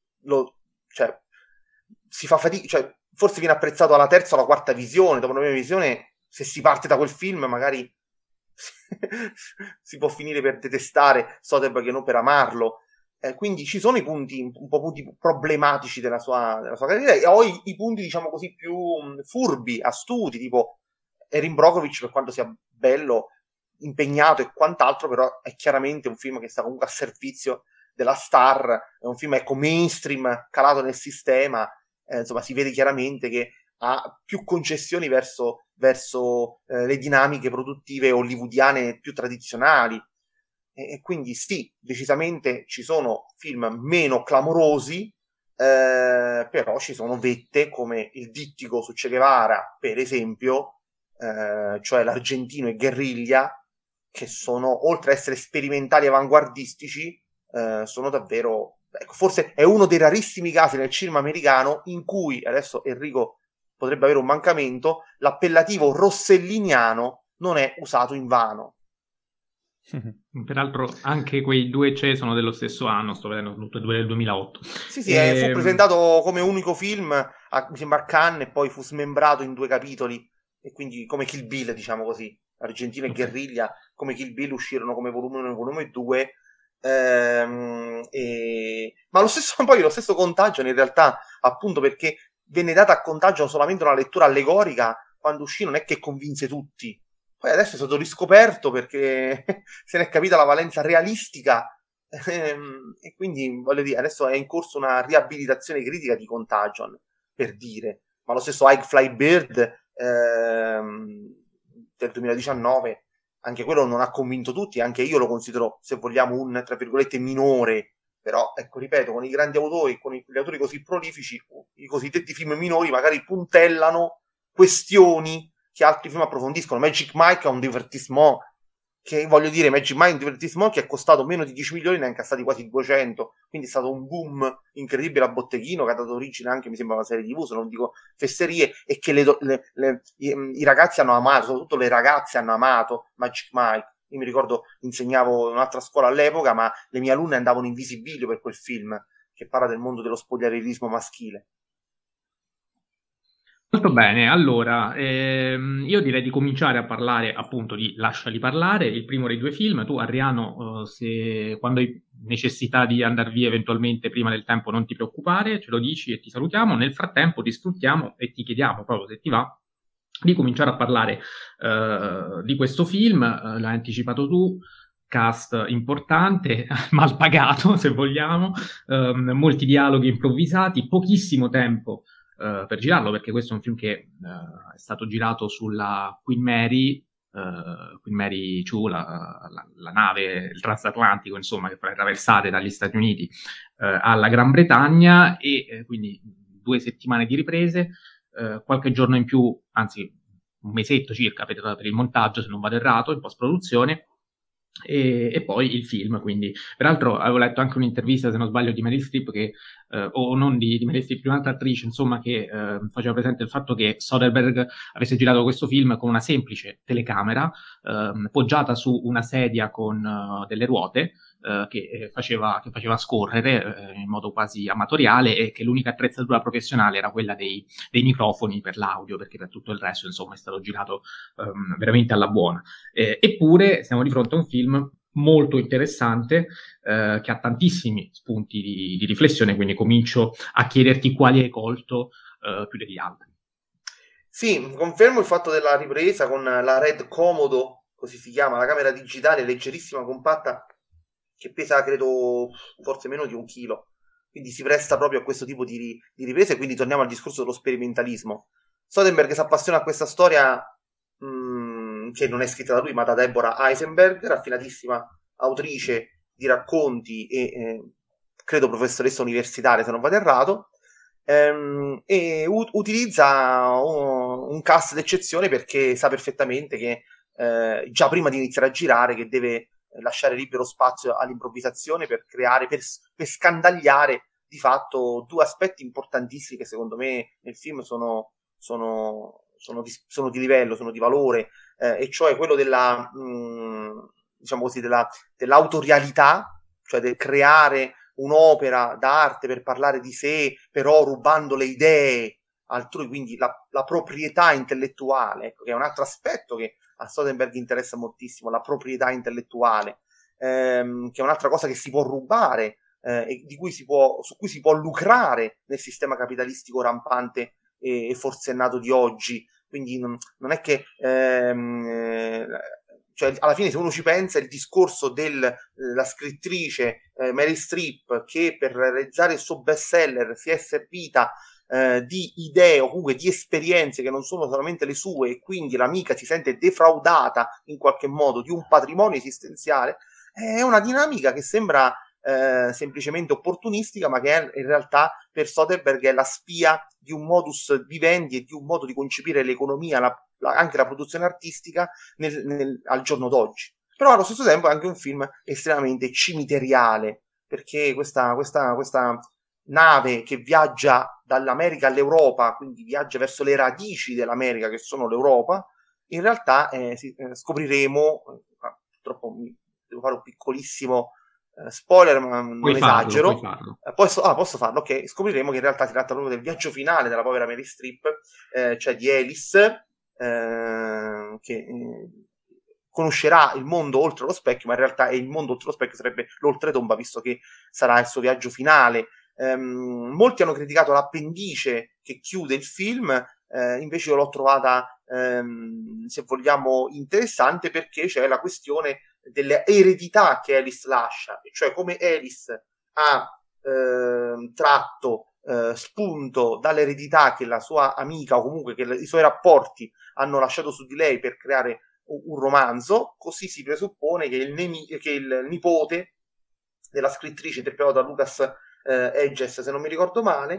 Speaker 4: si fa fatica, cioè forse viene apprezzato alla terza o alla quarta visione. Dopo una prima visione, se si parte da quel film, magari si può finire per detestare Soderbergh e non per amarlo. Quindi ci sono i punti un po' punti problematici della sua carriera, e ho i punti, diciamo così, più furbi, astuti, tipo Erin Brockovich, per quanto sia bello, impegnato e quant'altro, però è chiaramente un film che sta comunque a servizio della star, è un film ecco mainstream, calato nel sistema, insomma si vede chiaramente che ha più concessioni verso le dinamiche produttive hollywoodiane più tradizionali, e quindi sì, decisamente ci sono film meno clamorosi, però ci sono vette come Il Dittico su Che Guevara, per esempio, cioè L'Argentino e Guerriglia, che sono, oltre ad essere sperimentali e avanguardistici, sono davvero, ecco, forse è uno dei rarissimi casi nel cinema americano in cui, adesso Enrico potrebbe avere un mancamento, l'appellativo rosselliniano non è usato invano.
Speaker 1: Peraltro anche quei due CE sono dello stesso anno, sto vedendo tutti e due del 2008.
Speaker 4: Sì, fu presentato come unico film, mi sembra a Cannes, e poi fu smembrato in 2 capitoli, e quindi come Kill Bill, diciamo così. Argentina e Guerriglia, come Kill Bill, uscirono come volume 1 e volume 2, ma lo stesso Contagion in realtà, appunto perché venne data a Contagion solamente una lettura allegorica, quando uscì non è che convinse tutti. Poi adesso è stato riscoperto perché se ne è capita la valenza realistica, e quindi voglio dire, adesso è in corso una riabilitazione critica di Contagion, per dire. Ma lo stesso High Fly Bird del 2019, anche quello non ha convinto tutti, anche io lo considero, se vogliamo, un, tra virgolette, minore. Però, ecco, ripeto, con i grandi autori, con gli autori così prolifici, i cosiddetti film minori magari puntellano questioni che altri film approfondiscono. Magic Mike è un divertissement, che voglio dire, Magic Mike è un divertissement che è costato meno di 10 milioni, ne ha incassati quasi 200, quindi è stato un boom incredibile a botteghino, che ha dato origine anche, mi sembra, a una serie TV, se non dico fesserie, e che i ragazzi hanno amato, soprattutto le ragazze hanno amato Magic Mike. Io mi ricordo, insegnavo in un'altra scuola all'epoca, ma le mie alunne andavano in visibilio per quel film, che parla del mondo dello spogliarellismo maschile.
Speaker 1: Molto bene, allora, io direi di cominciare a parlare appunto di Lasciali parlare, il primo dei 2 film. Tu, Adriano, se quando hai necessità di andare via eventualmente prima del tempo, non ti preoccupare, ce lo dici e ti salutiamo. Nel frattempo ti sfruttiamo e ti chiediamo, proprio se ti va, di cominciare a parlare di questo film. L'hai anticipato tu, cast importante, mal pagato se vogliamo, molti dialoghi improvvisati, pochissimo tempo per girarlo, perché questo è un film che è stato girato sulla Queen Mary 2, la nave, il transatlantico, insomma, che fa le traversate dagli Stati Uniti alla Gran Bretagna, e quindi 2 settimane di riprese, qualche giorno in più, anzi un mesetto circa per il montaggio, se non vado errato, in post-produzione, e poi il film. Quindi, peraltro, avevo letto anche un'intervista, se non sbaglio, di Meryl Streep, che o non di Meryl Streep, di un'altra attrice, insomma, che faceva presente il fatto che Soderbergh avesse girato questo film con una semplice telecamera poggiata su una sedia con delle ruote, che faceva scorrere in modo quasi amatoriale, e che l'unica attrezzatura professionale era quella dei microfoni per l'audio, perché per tutto il resto, insomma, è stato girato veramente alla buona. Eppure siamo di fronte a un film molto interessante, che ha tantissimi spunti di riflessione, quindi comincio a chiederti quali hai colto più degli altri.
Speaker 4: Sì, confermo il fatto della ripresa con la Red Komodo, così si chiama, la camera digitale leggerissima, compatta, che pesa credo forse meno di 1 chilo, quindi si presta proprio a questo tipo di riprese. Quindi torniamo al discorso dello sperimentalismo. Soderbergh si appassiona a questa storia che non è scritta da lui, ma da Deborah Eisenberg, raffinatissima autrice di racconti e credo professoressa universitaria, se non vado errato, e utilizza un cast d'eccezione, perché sa perfettamente che già prima di iniziare a girare che deve lasciare libero spazio all'improvvisazione per creare, per scandagliare di fatto 2 aspetti importantissimi che secondo me nel film sono di livello, sono di valore, e cioè quello della diciamo così, dell'autorialità, cioè del creare un'opera d'arte per parlare di sé, però rubando le idee altrui, quindi la proprietà intellettuale, ecco, che è un altro aspetto che a Soderbergh interessa moltissimo, la proprietà intellettuale, che è un'altra cosa che si può rubare, e su cui si può lucrare nel sistema capitalistico rampante e forsennato di oggi. Quindi non è che cioè alla fine se uno ci pensa il discorso della scrittrice Meryl Streep, che per realizzare il suo bestseller si è servita di idee o comunque di esperienze che non sono solamente le sue, e quindi l'amica si sente defraudata in qualche modo di un patrimonio esistenziale, è una dinamica che sembra semplicemente opportunistica, ma che in realtà per Soderbergh è la spia di un modus vivendi e di un modo di concepire l'economia, anche la produzione artistica al giorno d'oggi. Però allo stesso tempo è anche un film estremamente cimiteriale, perché questa nave che viaggia dall'America all'Europa, quindi viaggia verso le radici dell'America, che sono l'Europa, in realtà scopriremo, purtroppo devo fare un piccolissimo spoiler, ma non esagero. Posso farlo? Ok, scopriremo che in realtà si tratta proprio del viaggio finale della povera Meryl Streep, cioè di Alice, che conoscerà il mondo oltre lo specchio, ma in realtà il mondo oltre lo specchio sarebbe l'oltretomba, visto che sarà il suo viaggio finale. Molti hanno criticato l'appendice che chiude il film, invece io l'ho trovata, se vogliamo, interessante, perché c'è la questione delle eredità che Alice lascia, cioè come Alice ha tratto spunto dall'eredità che la sua amica, o comunque che i suoi rapporti hanno lasciato su di lei per creare un romanzo, così si presuppone che il nipote della scrittrice, interpretato da Lucas Hedges, se non mi ricordo male,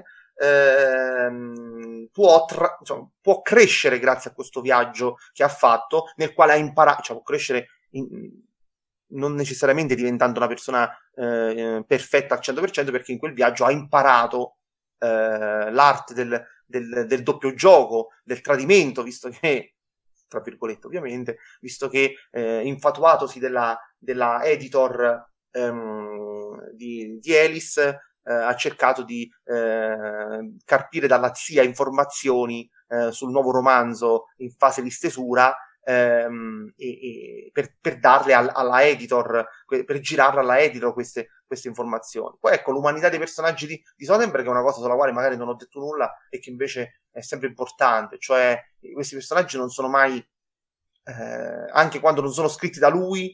Speaker 4: può crescere grazie a questo viaggio che ha fatto, nel quale ha imparato, può crescere non necessariamente diventando una persona perfetta al 100%, perché in quel viaggio ha imparato l'arte del doppio gioco, del tradimento, visto che, tra virgolette ovviamente, visto che infatuatosi della editor di Alice, ha cercato di carpire dalla zia informazioni sul nuovo romanzo in fase di stesura, per darle alla editor, per girarla alla editor queste informazioni. Poi ecco, l'umanità dei personaggi di Soderbergh è una cosa sulla quale magari non ho detto nulla e che invece è sempre importante, cioè questi personaggi non sono mai, anche quando non sono scritti da lui,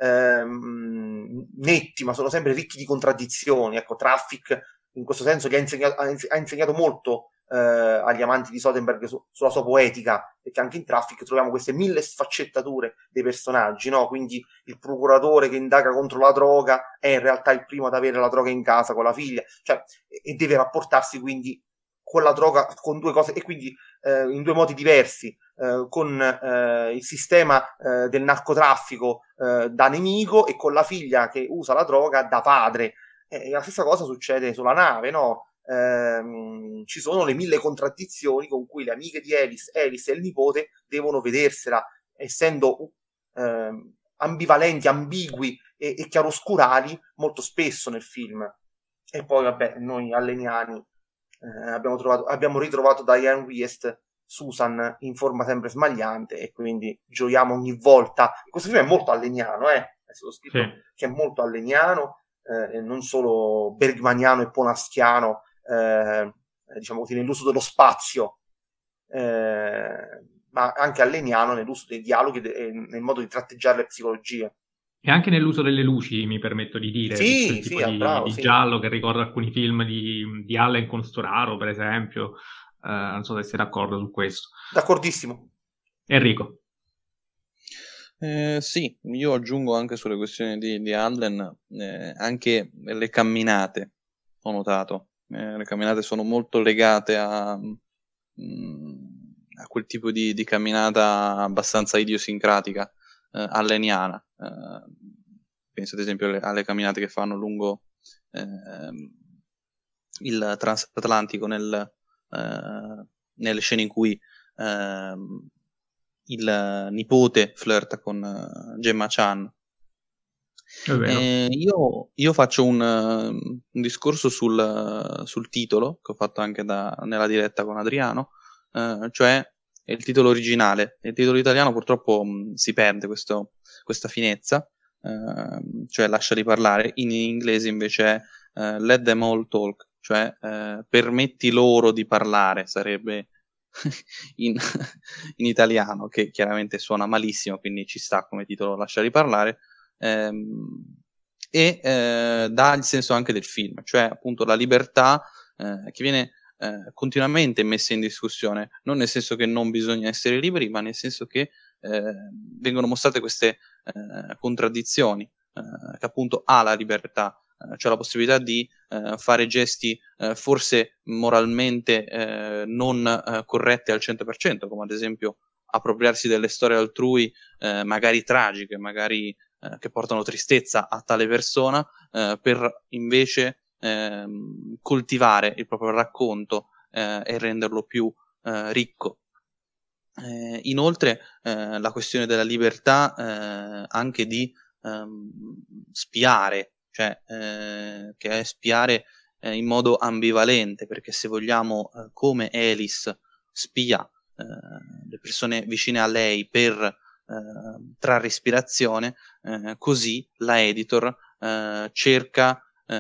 Speaker 4: netti, ma sono sempre ricchi di contraddizioni. Ecco, Traffic in questo senso gli ha insegnato molto agli amanti di Soderbergh sulla sua poetica, perché anche in Traffic troviamo queste 1000 sfaccettature dei personaggi, no? Quindi il procuratore che indaga contro la droga è in realtà il primo ad avere la droga in casa con la figlia, cioè, e deve rapportarsi quindi con la droga, con due cose, e quindi in due modi diversi, con il sistema del narcotraffico da nemico, e con la figlia che usa la droga da padre. E la stessa cosa succede sulla nave, no? Ci sono le 1000 contraddizioni con cui le amiche di Alice e il nipote devono vedersela, essendo ambivalenti, ambigui e chiaroscurali molto spesso nel film. E poi vabbè, noi alleniani abbiamo ritrovato Diane Wiest, Susan, in forma sempre smagliante, e quindi gioiamo ogni volta. Questo film è molto alleniano, è stato scritto che è molto alleniano, non solo bergmaniano e ponaschiano, diciamo così, nell'uso dello spazio, ma anche alleniano nell'uso dei dialoghi e nel modo di tratteggiare le psicologie.
Speaker 1: E anche nell'uso delle luci, mi permetto di dire,
Speaker 4: sì,
Speaker 1: di giallo che ricorda alcuni film di Allen con Storaro, per esempio. Non so se sei d'accordo su questo.
Speaker 4: D'accordissimo.
Speaker 1: Enrico.
Speaker 3: Sì, io aggiungo anche sulle questioni di Allen, anche le camminate, ho notato. Le camminate sono molto legate a quel tipo di camminata abbastanza idiosincratica, alleniana. Penso ad esempio alle camminate che fanno lungo il transatlantico, nelle scene in cui il nipote flirta con Gemma Chan. Io faccio un discorso sul titolo, che ho fatto anche nella diretta con Adriano, cioè il titolo originale. Il titolo italiano purtroppo si perde questa finezza, cioè lasciali parlare. In inglese invece è Let them all talk, cioè permetti loro di parlare, sarebbe in, in italiano, che chiaramente suona malissimo, quindi ci sta come titolo Lasciare parlare, e dà il senso anche del film, cioè appunto la libertà che viene continuamente messa in discussione, non nel senso che non bisogna essere liberi, ma nel senso che vengono mostrate queste contraddizioni, che appunto ha la libertà, cioè la possibilità di fare gesti forse moralmente non corretti al 100%, come ad esempio appropriarsi delle storie altrui, magari tragiche, magari che portano tristezza a tale persona, per invece coltivare il proprio racconto e renderlo più ricco. Inoltre la questione della libertà anche di spiare, cioè che è spiare in modo ambivalente, perché se vogliamo come Alice spia le persone vicine a lei per trarre ispirazione, così la editor cerca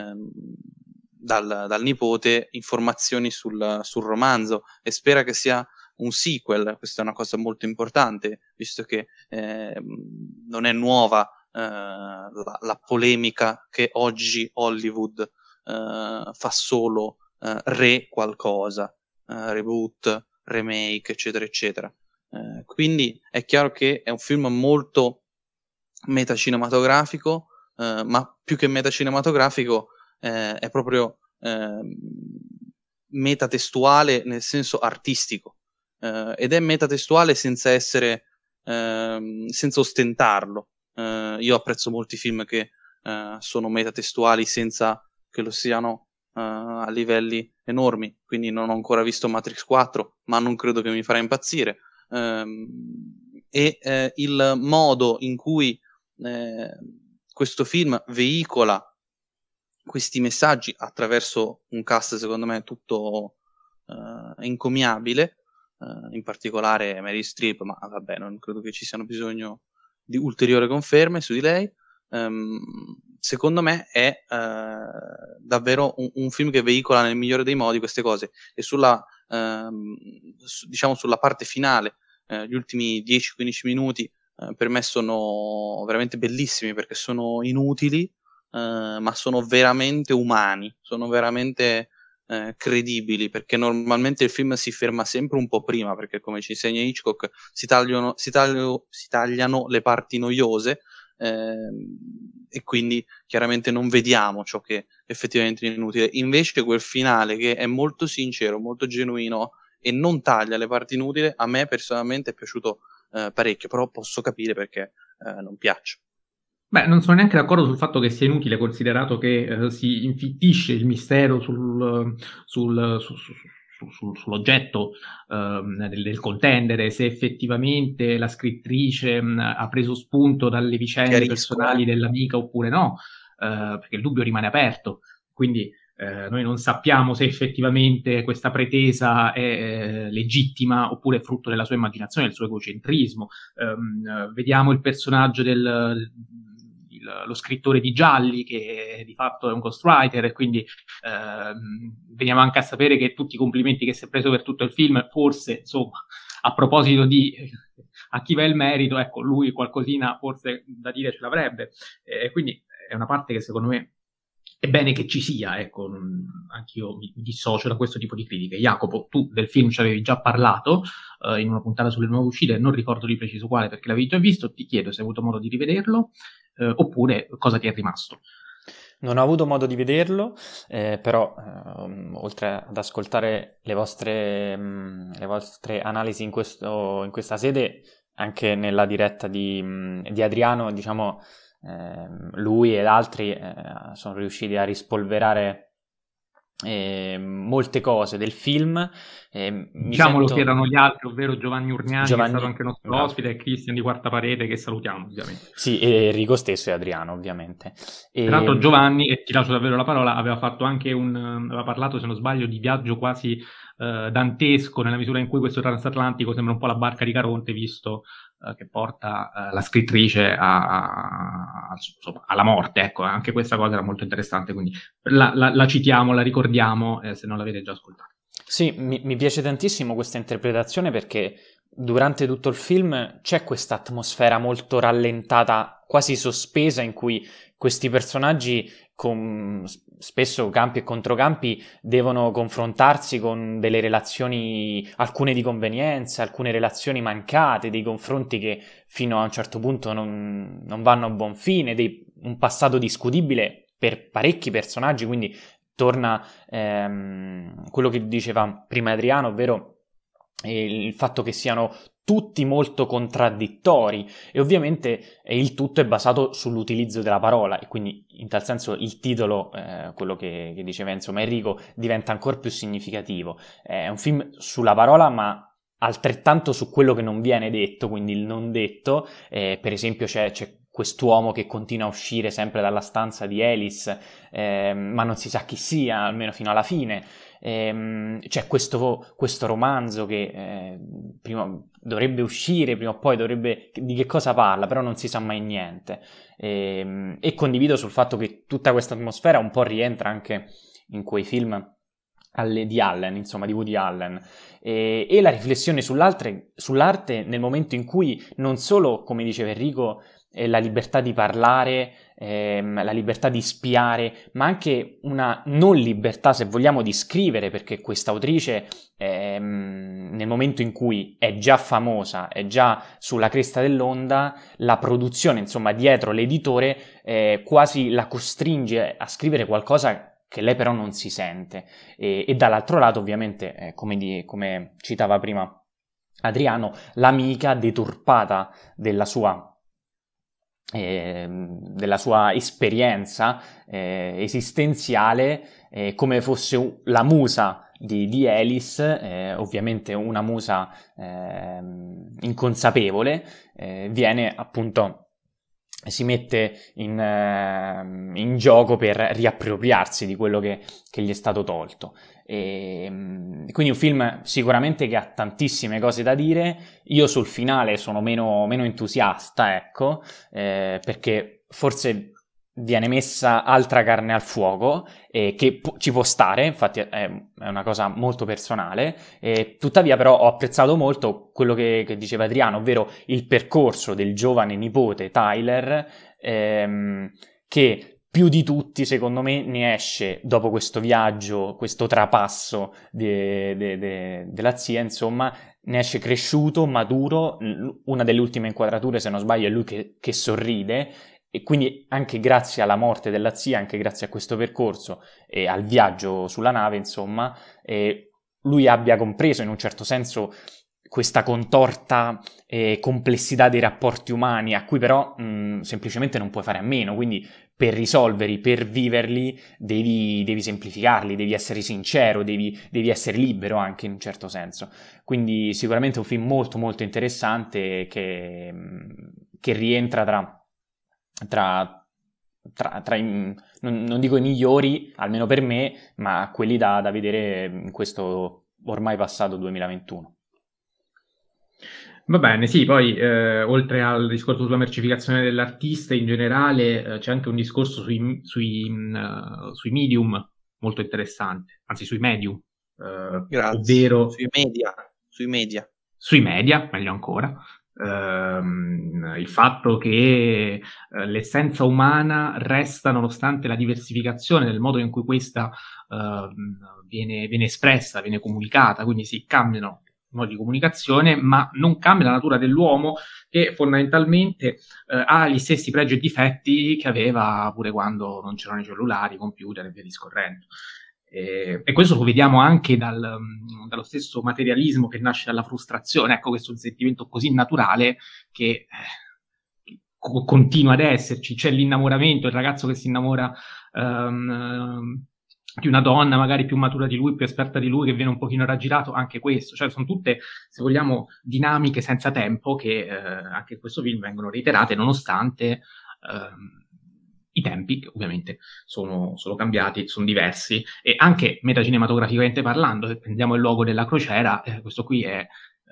Speaker 3: dal nipote informazioni sul romanzo e spera che sia un sequel. Questa è una cosa molto importante, visto che non è nuova la polemica che oggi Hollywood fa solo qualcosa, reboot, remake, eccetera, eccetera. Quindi è chiaro che è un film molto metacinematografico, ma più che metacinematografico è proprio metatestuale nel senso artistico, ed è metatestuale senza essere senza ostentarlo. Io apprezzo molti film che sono metatestuali senza che lo siano a livelli enormi, quindi non ho ancora visto Matrix 4, ma non credo che mi farà impazzire. E il modo in cui questo film veicola questi messaggi attraverso un cast secondo me tutto encomiabile, in particolare Meryl Streep, ma vabbè, non credo che ci siano bisogno di ulteriori conferme su di lei. Secondo me è davvero un film che veicola nel migliore dei modi queste cose, e diciamo sulla parte finale, gli ultimi 10-15 minuti per me sono veramente bellissimi, perché sono inutili, ma sono veramente umani, sono veramente credibili, perché normalmente il film si ferma sempre un po' prima, perché come ci insegna Hitchcock si tagliano le parti noiose, e quindi chiaramente non vediamo ciò che effettivamente è inutile. Invece quel finale, che è molto sincero, molto genuino e non taglia le parti inutili, a me personalmente è piaciuto parecchio, però posso capire perché non piaccia.
Speaker 1: Beh, non sono neanche d'accordo sul fatto che sia inutile, considerato che si infittisce il mistero sull'oggetto del contendere, se effettivamente la scrittrice ha preso spunto dalle vicende personali dell'amica oppure no, perché il dubbio rimane aperto. Quindi noi non sappiamo se effettivamente questa pretesa è legittima oppure frutto della sua immaginazione, del suo egocentrismo. Vediamo il personaggio lo scrittore di gialli, che di fatto è un ghostwriter, e quindi veniamo anche a sapere che tutti i complimenti che si è preso per tutto il film, forse, insomma, a proposito di a chi va il merito, ecco, lui qualcosina forse da dire ce l'avrebbe. Quindi è una parte che secondo me è bene che ci sia, ecco. Anch'io mi dissocio da questo tipo di critiche. Jacopo, tu del film ci avevi già parlato in una puntata sulle nuove uscite, non ricordo di preciso quale perché l'avevi già visto, ti chiedo se hai avuto modo di rivederlo, oppure cosa ti è rimasto.
Speaker 2: Non ho avuto modo di vederlo, però oltre ad ascoltare le vostre analisi in questa sede, anche nella diretta di Adriano, diciamo, lui ed altri sono riusciti a rispolverare molte cose del film.
Speaker 1: Diciamolo che erano gli altri, ovvero Giovanni Urgnani, che è stato anche nostro ospite, e Cristian di Quarta Parete, che salutiamo ovviamente.
Speaker 2: Sì, e Enrico stesso e Adriano ovviamente.
Speaker 1: Tra l'altro Giovanni, e ti lascio davvero la parola, aveva fatto anche aveva parlato, se non sbaglio, di viaggio quasi dantesco, nella misura in cui questo transatlantico sembra un po' la barca di Caronte, visto che porta la scrittrice alla morte. Ecco, anche questa cosa era molto interessante, quindi la citiamo, la ricordiamo, se non l'avete già ascoltata.
Speaker 2: Sì, mi piace tantissimo questa interpretazione perché durante tutto il film c'è questa atmosfera molto rallentata, quasi sospesa, in cui questi personaggi con spesso campi e controcampi devono confrontarsi con delle relazioni, alcune di convenienza, alcune relazioni mancate, dei confronti che fino a un certo punto non vanno a buon fine, un passato discutibile per parecchi personaggi, quindi torna quello che diceva prima Adriano, ovvero il fatto che siano tutti molto contraddittori, e ovviamente il tutto è basato sull'utilizzo della parola, e quindi in tal senso il titolo, quello che diceva insomma Enrico, diventa ancora più significativo. È un film sulla parola, ma altrettanto su quello che non viene detto, quindi il non detto. Per esempio c'è quest'uomo che continua a uscire sempre dalla stanza di Alice, ma non si sa chi sia, almeno fino alla fine. C'è questo romanzo che prima dovrebbe uscire, prima o poi di che cosa parla, però non si sa mai niente. E condivido sul fatto che tutta questa atmosfera un po' rientra anche in quei film di Allen, insomma, di Woody Allen, e la riflessione sull'arte nel momento in cui non solo, come diceva Enrico, la libertà di parlare, la libertà di spiare, ma anche una non libertà, se vogliamo, di scrivere, perché questa autrice nel momento in cui è già famosa, è già sulla cresta dell'onda, la produzione, insomma, dietro l'editore quasi la costringe a scrivere qualcosa che lei però non si sente. E dall'altro lato, ovviamente, come citava prima Adriano, l'amica deturpata della sua esperienza esistenziale, come fosse la musa di Alice, ovviamente una musa inconsapevole, viene appunto, si mette in gioco per riappropriarsi di quello che gli è stato tolto. Quindi un film sicuramente che ha tantissime cose da dire. Io sul finale sono meno entusiasta, ecco, perché forse viene messa altra carne al fuoco, che ci può stare, infatti è una cosa molto personale, tuttavia però ho apprezzato molto quello che diceva Adriano, ovvero il percorso del giovane nipote Tyler, che più di tutti, secondo me, ne esce dopo questo viaggio, questo trapasso della zia, insomma, ne esce cresciuto, maturo. Una delle ultime inquadrature, se non sbaglio, è lui che sorride, e quindi anche grazie alla morte della zia, anche grazie a questo percorso e al viaggio sulla nave, insomma, lui abbia compreso in un certo senso questa contorta complessità dei rapporti umani, a cui però semplicemente non puoi fare a meno. Quindi per risolverli, per viverli, devi semplificarli, devi essere sincero, devi essere libero anche in un certo senso. Quindi sicuramente un film molto molto interessante che rientra non dico i migliori, almeno per me, ma quelli da vedere in questo ormai passato 2021.
Speaker 1: Va bene, sì, poi oltre al discorso sulla mercificazione dell'artista in generale, c'è anche un discorso sui medium molto interessante, anzi sui medium, ovvero
Speaker 3: sui media, meglio ancora.
Speaker 1: Il fatto che l'essenza umana resta nonostante la diversificazione del modo in cui questa viene espressa, viene comunicata, quindi si cambiano modi di comunicazione, ma non cambia la natura dell'uomo, che fondamentalmente ha gli stessi pregi e difetti che aveva pure quando non c'erano i cellulari, i computer e via discorrendo. E questo lo vediamo anche dallo stesso materialismo che nasce dalla frustrazione. Ecco, questo è un sentimento così naturale che continua ad esserci. C'è l'innamoramento, il ragazzo che si innamora di una donna magari più matura di lui, più esperta di lui, che viene un pochino raggirato, anche questo. Cioè sono tutte, se vogliamo, dinamiche senza tempo che anche in questo film vengono reiterate, nonostante i tempi, che ovviamente sono cambiati, sono diversi, e anche metacinematograficamente parlando, se prendiamo il logo della crociera, questo qui è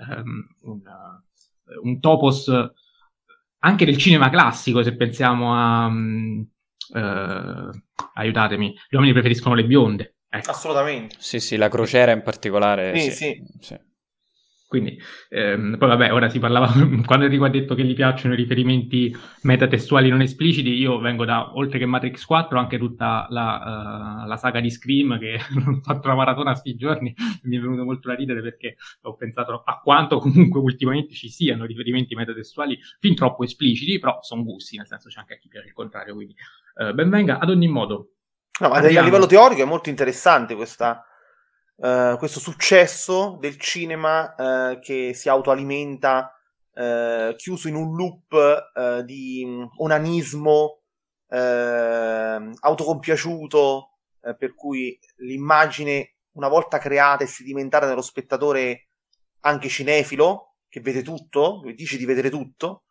Speaker 1: un topos anche del cinema classico, se pensiamo a aiutatemi, gli uomini preferiscono le bionde, Ecco.
Speaker 4: Assolutamente.
Speaker 2: Sì, la crociera in particolare.
Speaker 4: Sì.
Speaker 1: Quindi, poi vabbè, ora si parlava, quando Enrico ha detto che gli piacciono i riferimenti metatestuali non espliciti, io vengo da, oltre che Matrix 4, anche tutta la saga di Scream, che ho fatto una maratona sti giorni, mi è venuto molto da ridere perché ho pensato a quanto comunque ultimamente ci siano riferimenti metatestuali fin troppo espliciti, però sono gusti, nel senso c'è anche a chi piace il contrario, quindi ben venga. Ad ogni modo.
Speaker 4: No, ma a livello teorico è molto interessante questo successo del cinema che si autoalimenta chiuso in un loop di onanismo autocompiaciuto, per cui l'immagine, una volta creata e sedimentata nello spettatore anche cinefilo, che vede tutto, che dice di vedere tutto,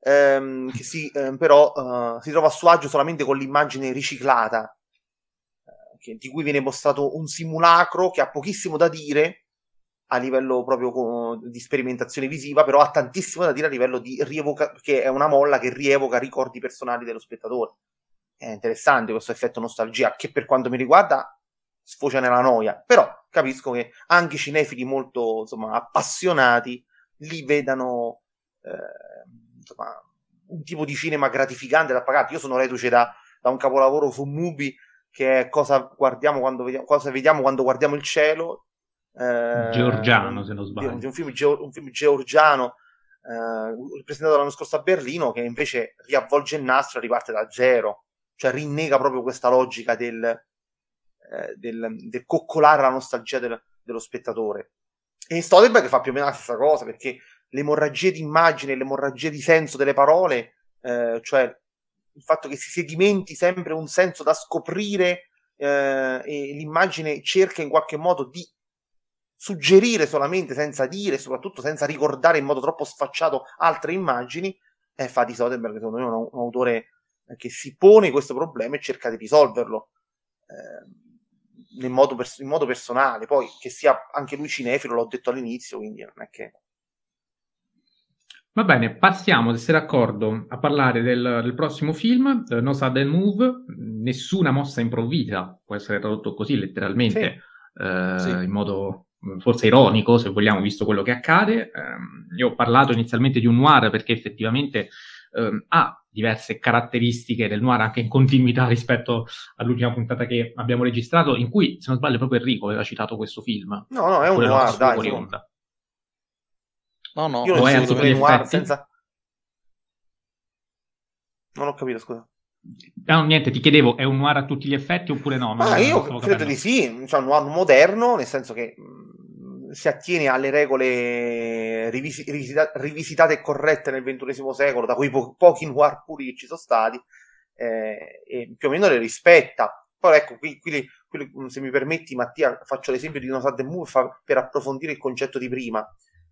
Speaker 4: però si trova a suo agio solamente con l'immagine riciclata, di cui viene mostrato un simulacro che ha pochissimo da dire a livello proprio di sperimentazione visiva, però ha tantissimo da dire a livello di che è una molla che rievoca ricordi personali dello spettatore. È interessante questo effetto nostalgia, che per quanto mi riguarda sfocia nella noia, però capisco che anche i cinefili molto, insomma, appassionati li vedano insomma, un tipo di cinema gratificante da pagare. Io sono reduce da un capolavoro su Mubi, che è cosa vediamo quando guardiamo il cielo,
Speaker 1: georgiano, se non sbaglio,
Speaker 4: un film georgiano presentato l'anno scorso a Berlino, che invece riavvolge il nastro e riparte da zero, cioè rinnega proprio questa logica del coccolare la nostalgia dello spettatore. E Soderbergh fa più o meno la stessa cosa, perché l'emorragia di immagine, l'emorragia di senso delle parole, cioè il fatto che si sedimenti sempre un senso da scoprire, e l'immagine cerca in qualche modo di suggerire solamente senza dire, soprattutto senza ricordare in modo troppo sfacciato altre immagini, fa di Soderbergh secondo me un autore che si pone questo problema e cerca di risolverlo in modo personale. Poi che sia anche lui cinefilo, l'ho detto all'inizio, quindi non è che...
Speaker 1: Va bene, passiamo, se sei d'accordo, a parlare del prossimo film, No Sudden Move, nessuna mossa improvvisa, può essere tradotto così letteralmente,
Speaker 3: Sì.
Speaker 1: in modo forse ironico, se vogliamo, visto quello che accade. Io ho parlato inizialmente di un noir perché effettivamente ha diverse caratteristiche del noir, anche in continuità rispetto all'ultima puntata che abbiamo registrato, in cui, se non sbaglio, proprio Enrico aveva citato questo film.
Speaker 4: No, è un noir, dai,
Speaker 1: fuori onda.
Speaker 3: No,
Speaker 4: io
Speaker 1: lo è
Speaker 4: non
Speaker 1: a
Speaker 4: so
Speaker 1: tutti gli
Speaker 4: noir
Speaker 1: effetti?
Speaker 4: senza... Non ho capito, scusa.
Speaker 1: No, niente, ti chiedevo, è un noir a tutti gli effetti oppure no?
Speaker 4: Io credo di sì, cioè un noir moderno, nel senso che si attiene alle regole rivisitate e corrette nel XXI secolo, da quei pochi noir puri che ci sono stati, e più o meno le rispetta. Poi ecco, qui, se mi permetti, Mattia, faccio l'esempio di No Sudden Move per approfondire il concetto di prima.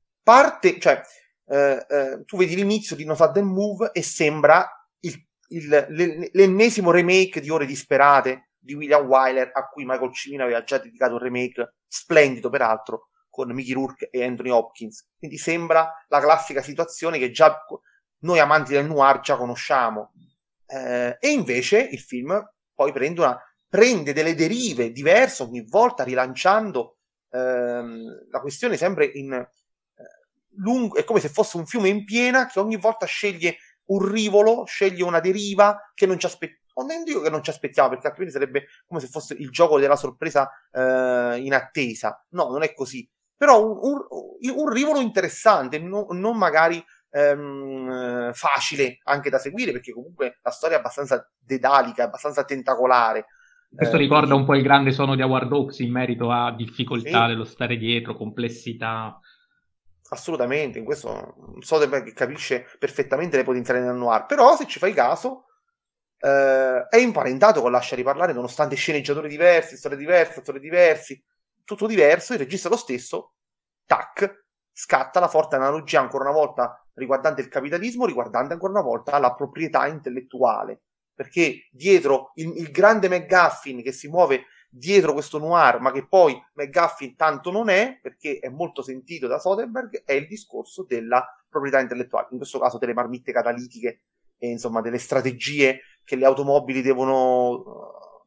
Speaker 4: Tu vedi l'inizio di No Sudden Move e sembra l'ennesimo remake di Ore disperate di William Wyler, a cui Michael Cimino aveva già dedicato un remake splendido peraltro con Mickey Rourke e Anthony Hopkins. Quindi sembra la classica situazione che già noi amanti del noir già conosciamo, e invece il film poi prende delle derive diverse ogni volta, rilanciando la questione sempre in lungo. È come se fosse un fiume in piena che ogni volta sceglie un rivolo, sceglie una deriva che non ci aspettiamo. Non dico che non ci aspettiamo, perché altrimenti sarebbe come se fosse il gioco della sorpresa in attesa. No, non è così. Però un rivolo interessante, non magari facile anche da seguire, perché comunque la storia è abbastanza dedalica, abbastanza tentacolare.
Speaker 1: Questo ricorda un po' il grande Sono di Howard Hawks in merito a difficoltà
Speaker 4: Sì.
Speaker 1: dello stare dietro, complessità.
Speaker 4: Assolutamente, in questo Soderbergh capisce perfettamente le potenzialità del noir, però se ci fai caso è imparentato con Lasciali parlare, nonostante sceneggiatori diversi, storie diverse, attori diversi, tutto diverso, il regista lo stesso, tac, scatta la forte analogia ancora una volta riguardante il capitalismo, riguardante ancora una volta la proprietà intellettuale, perché dietro il grande McGuffin che si muove dietro questo noir, ma che poi McGuffin tanto non è, perché è molto sentito da Soderbergh, è il discorso della proprietà intellettuale, in questo caso delle marmitte catalitiche e insomma delle strategie che le automobili devono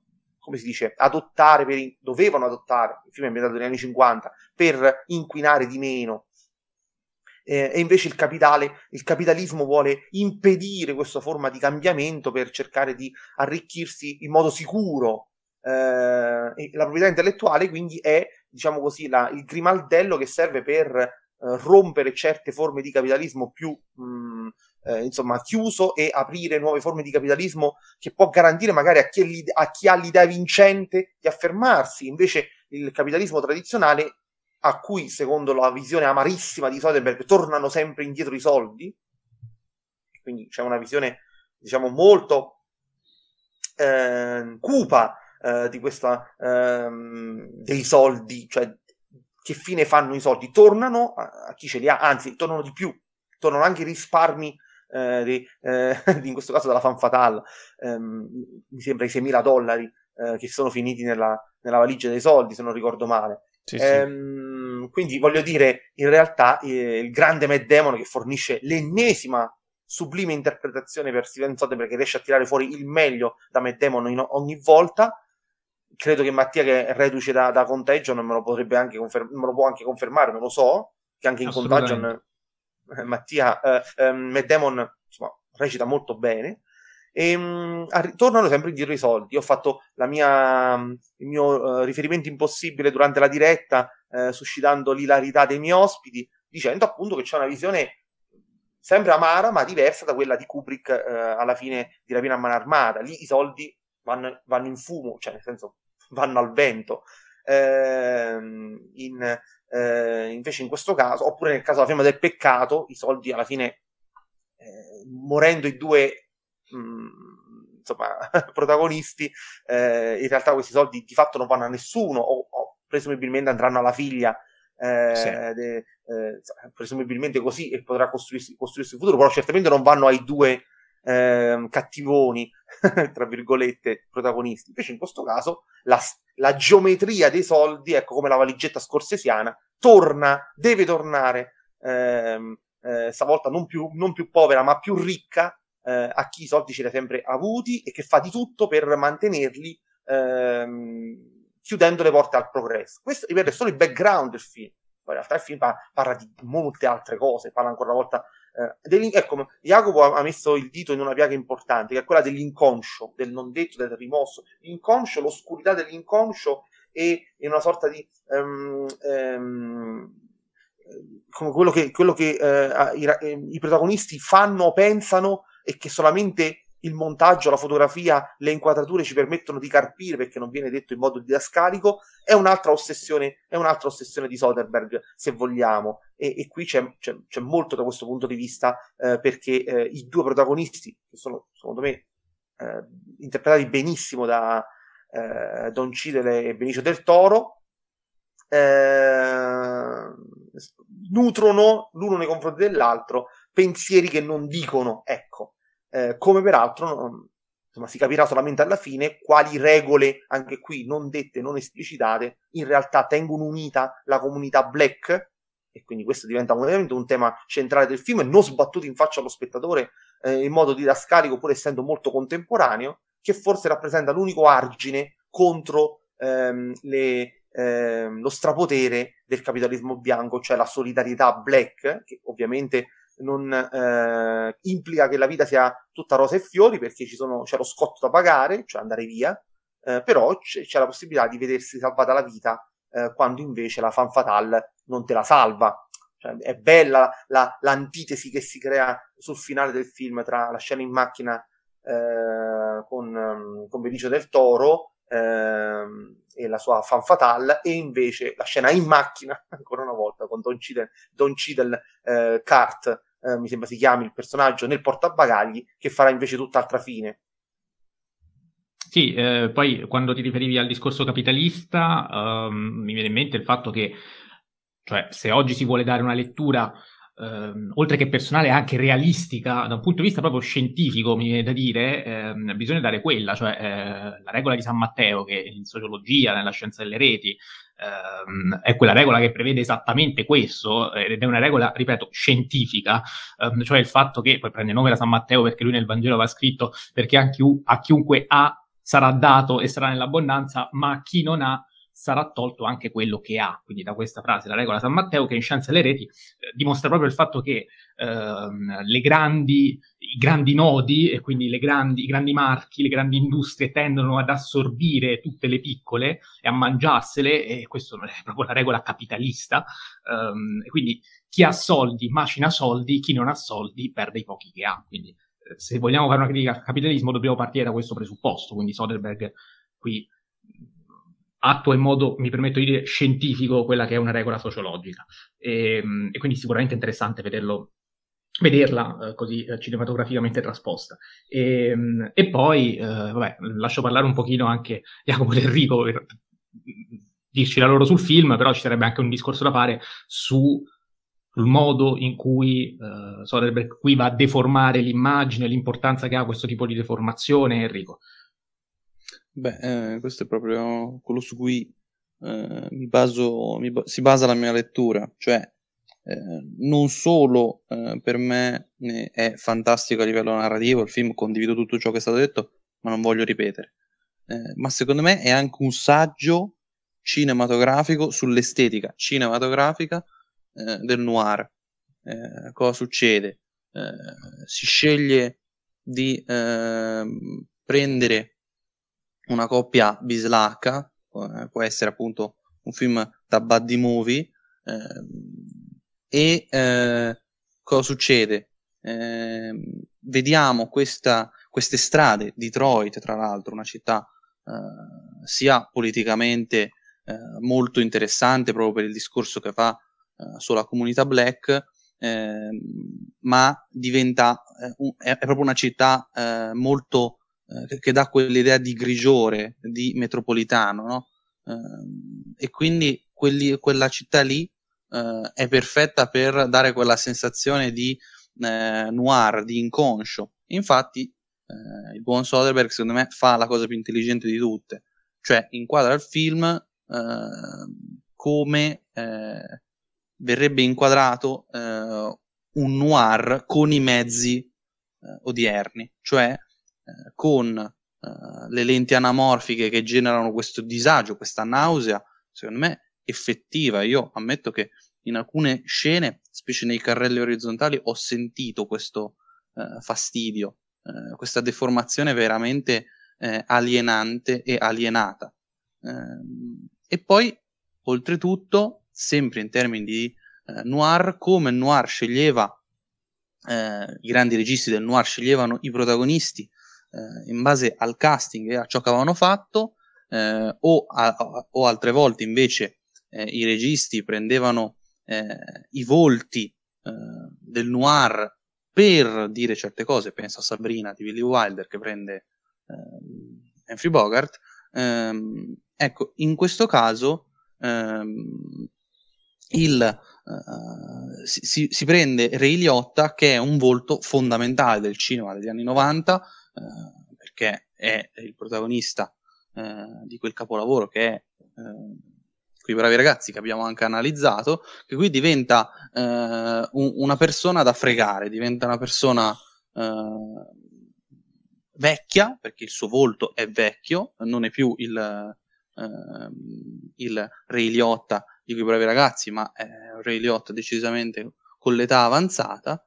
Speaker 4: come si dice, dovevano adottare, il film è ambientato negli anni 50, per inquinare di meno. E invece il capitalismo vuole impedire questa forma di cambiamento per cercare di arricchirsi in modo sicuro. E la proprietà intellettuale quindi è, diciamo così, il grimaldello che serve per rompere certe forme di capitalismo più insomma chiuso e aprire nuove forme di capitalismo che può garantire magari a chi ha l'idea vincente di affermarsi. Invece il capitalismo tradizionale, a cui secondo la visione amarissima di Soderbergh tornano sempre indietro i soldi, e quindi c'è una visione diciamo molto cupa di questa dei soldi, cioè che fine fanno i soldi? Tornano a chi ce li ha, anzi tornano di più, tornano anche i risparmi in questo caso della Femme Fatale, mi sembra i $6.000 che sono finiti nella valigia dei soldi, se non ricordo male.
Speaker 2: Sì.
Speaker 4: Quindi voglio dire, in realtà il grande Matt Damon, che fornisce l'ennesima sublime interpretazione per Steven Soderbergh, che riesce a tirare fuori il meglio da Matt Damon ogni volta. Credo che Mattia, che è reduce da Contagion, me lo potrebbe anche me lo può anche confermare, non lo so, che anche in Contagion Mattia Matt Damon insomma recita molto bene. E tornano sempre indietro i soldi. Io ho fatto il mio riferimento impossibile durante la diretta, suscitando l'ilarità dei miei ospiti, dicendo appunto che c'è una visione sempre amara ma diversa da quella di Kubrick alla fine di Rapina a mano armata. Lì i soldi vanno in fumo, cioè nel senso vanno al vento. Invece in questo caso, oppure nel caso della Fiamma del Peccato, i soldi alla fine, morendo i due insomma protagonisti, in realtà questi soldi di fatto non vanno a nessuno, o presumibilmente andranno alla figlia, presumibilmente così, e potrà costruirsi il futuro, però certamente non vanno ai due cattivoni tra virgolette protagonisti. Invece in questo caso la geometria dei soldi, ecco, come la valigetta scorsesiana, deve tornare stavolta non più povera ma più ricca, a chi i soldi ce li ha sempre avuti e che fa di tutto per mantenerli, chiudendo le porte al progresso. Questo, ripeto, è solo il background del film. Poi in realtà il film parla di molte altre cose, parla ancora una volta ecco, Jacopo ha messo il dito in una piaga importante, che è quella dell'inconscio, del non detto, del rimosso. L'inconscio, l'oscurità dell'inconscio, e una sorta di come quello che i protagonisti fanno o pensano, e che solamente il montaggio, la fotografia, le inquadrature ci permettono di carpire, perché non viene detto in modo didascalico. È un'altra ossessione di Soderbergh, se vogliamo, e qui c'è molto da questo punto di vista, perché i due protagonisti, che sono secondo me interpretati benissimo da Don Cheadle e Benicio del Toro, nutrono l'uno nei confronti dell'altro pensieri che non dicono, ecco, come peraltro insomma, si capirà solamente alla fine quali regole, anche qui non dette, non esplicitate, in realtà tengono unita la comunità black, e quindi questo diventa veramente un tema centrale del film, non sbattuto in faccia allo spettatore in modo didascalico, pur essendo molto contemporaneo, che forse rappresenta l'unico argine contro lo strapotere del capitalismo bianco, cioè la solidarietà black, che ovviamente non implica che la vita sia tutta rose e fiori, perché c'è lo scotto da pagare, cioè andare via, però c'è la possibilità di vedersi salvata la vita quando invece la Femme Fatale non te la salva. Cioè, è bella l'antitesi che si crea sul finale del film tra la scena in macchina con Benicio del Toro e la sua Femme Fatale, e invece la scena in macchina ancora una volta con Don Cheadle Cart, mi sembra si chiami il personaggio, nel portabagagli, che farà invece tutt'altra fine.
Speaker 1: Sì, poi quando ti riferivi al discorso capitalista, mi viene in mente il fatto che, cioè, se oggi si vuole dare una lettura oltre che personale anche realistica da un punto di vista proprio scientifico, mi viene da dire, bisogna dare quella, cioè la regola di San Matteo, che in sociologia, nella scienza delle reti, è quella regola che prevede esattamente questo, ed è una regola, ripeto, scientifica, cioè il fatto che, poi prende nome da San Matteo perché lui nel Vangelo aveva scritto, perché a chiunque ha sarà dato e sarà nell'abbondanza, ma a chi non ha sarà tolto anche quello che ha. Quindi da questa frase, la regola San Matteo, che in Scienze delle Reti dimostra proprio il fatto che i grandi nodi, e quindi i grandi marchi, le grandi industrie tendono ad assorbire tutte le piccole e a mangiarsele, e questo è proprio la regola capitalista. E quindi chi ha soldi macina soldi, chi non ha soldi perde i pochi che ha. Quindi se vogliamo fare una critica al capitalismo dobbiamo partire da questo presupposto. Quindi Soderbergh qui attua in modo, mi permetto di dire, scientifico quella che è una regola sociologica, e quindi sicuramente interessante vederla così cinematograficamente trasposta. E poi vabbè, lascio parlare un pochino anche Jacopo ed Enrico per dirci la loro sul film, però ci sarebbe anche un discorso da fare sul modo in cui Soderbergh qui va a deformare l'immagine, l'importanza che ha questo tipo di deformazione. Enrico.
Speaker 3: Beh, questo è proprio quello su cui si basa la mia lettura, cioè non solo per me è fantastico a livello narrativo il film, condivido tutto ciò che è stato detto, ma non voglio ripetere, ma secondo me è anche un saggio cinematografico sull'estetica cinematografica del noir. Cosa succede? Si sceglie di prendere una coppia bislacca, può essere appunto un film da buddy movie, e cosa succede? Vediamo queste strade, Detroit tra l'altro, una città sia politicamente molto interessante proprio per il discorso che fa sulla comunità black, ma diventa è proprio una città molto che dà quell'idea di grigiore, di metropolitano, no? E quindi quella città lì è perfetta per dare quella sensazione di noir, di inconscio. Infatti il buon Soderbergh secondo me fa la cosa più intelligente di tutte, cioè inquadra il film come verrebbe inquadrato un noir con i mezzi odierni, cioè con le lenti anamorfiche che generano questo disagio, questa nausea, secondo me effettiva. Io ammetto che in alcune scene, specie nei carrelli orizzontali, ho sentito questo fastidio, questa deformazione veramente alienante e alienata. E poi, oltretutto, sempre in termini di noir, come il noir sceglieva, i grandi registi del noir sceglievano i protagonisti in base al casting e a ciò che avevano fatto, o altre volte invece i registi prendevano i volti del noir per dire certe cose. Penso a Sabrina di Billy Wilder che prende Humphrey Bogart. Ecco, in questo caso si prende Ray Liotta, che è un volto fondamentale del cinema degli anni 90, perché è il protagonista di quel capolavoro che è Quei bravi ragazzi, che abbiamo anche analizzato, che qui diventa una persona da fregare, diventa una persona vecchia, perché il suo volto è vecchio, non è più il Ray Liotta di Quei bravi ragazzi, ma è Ray Liotta decisamente con l'età avanzata,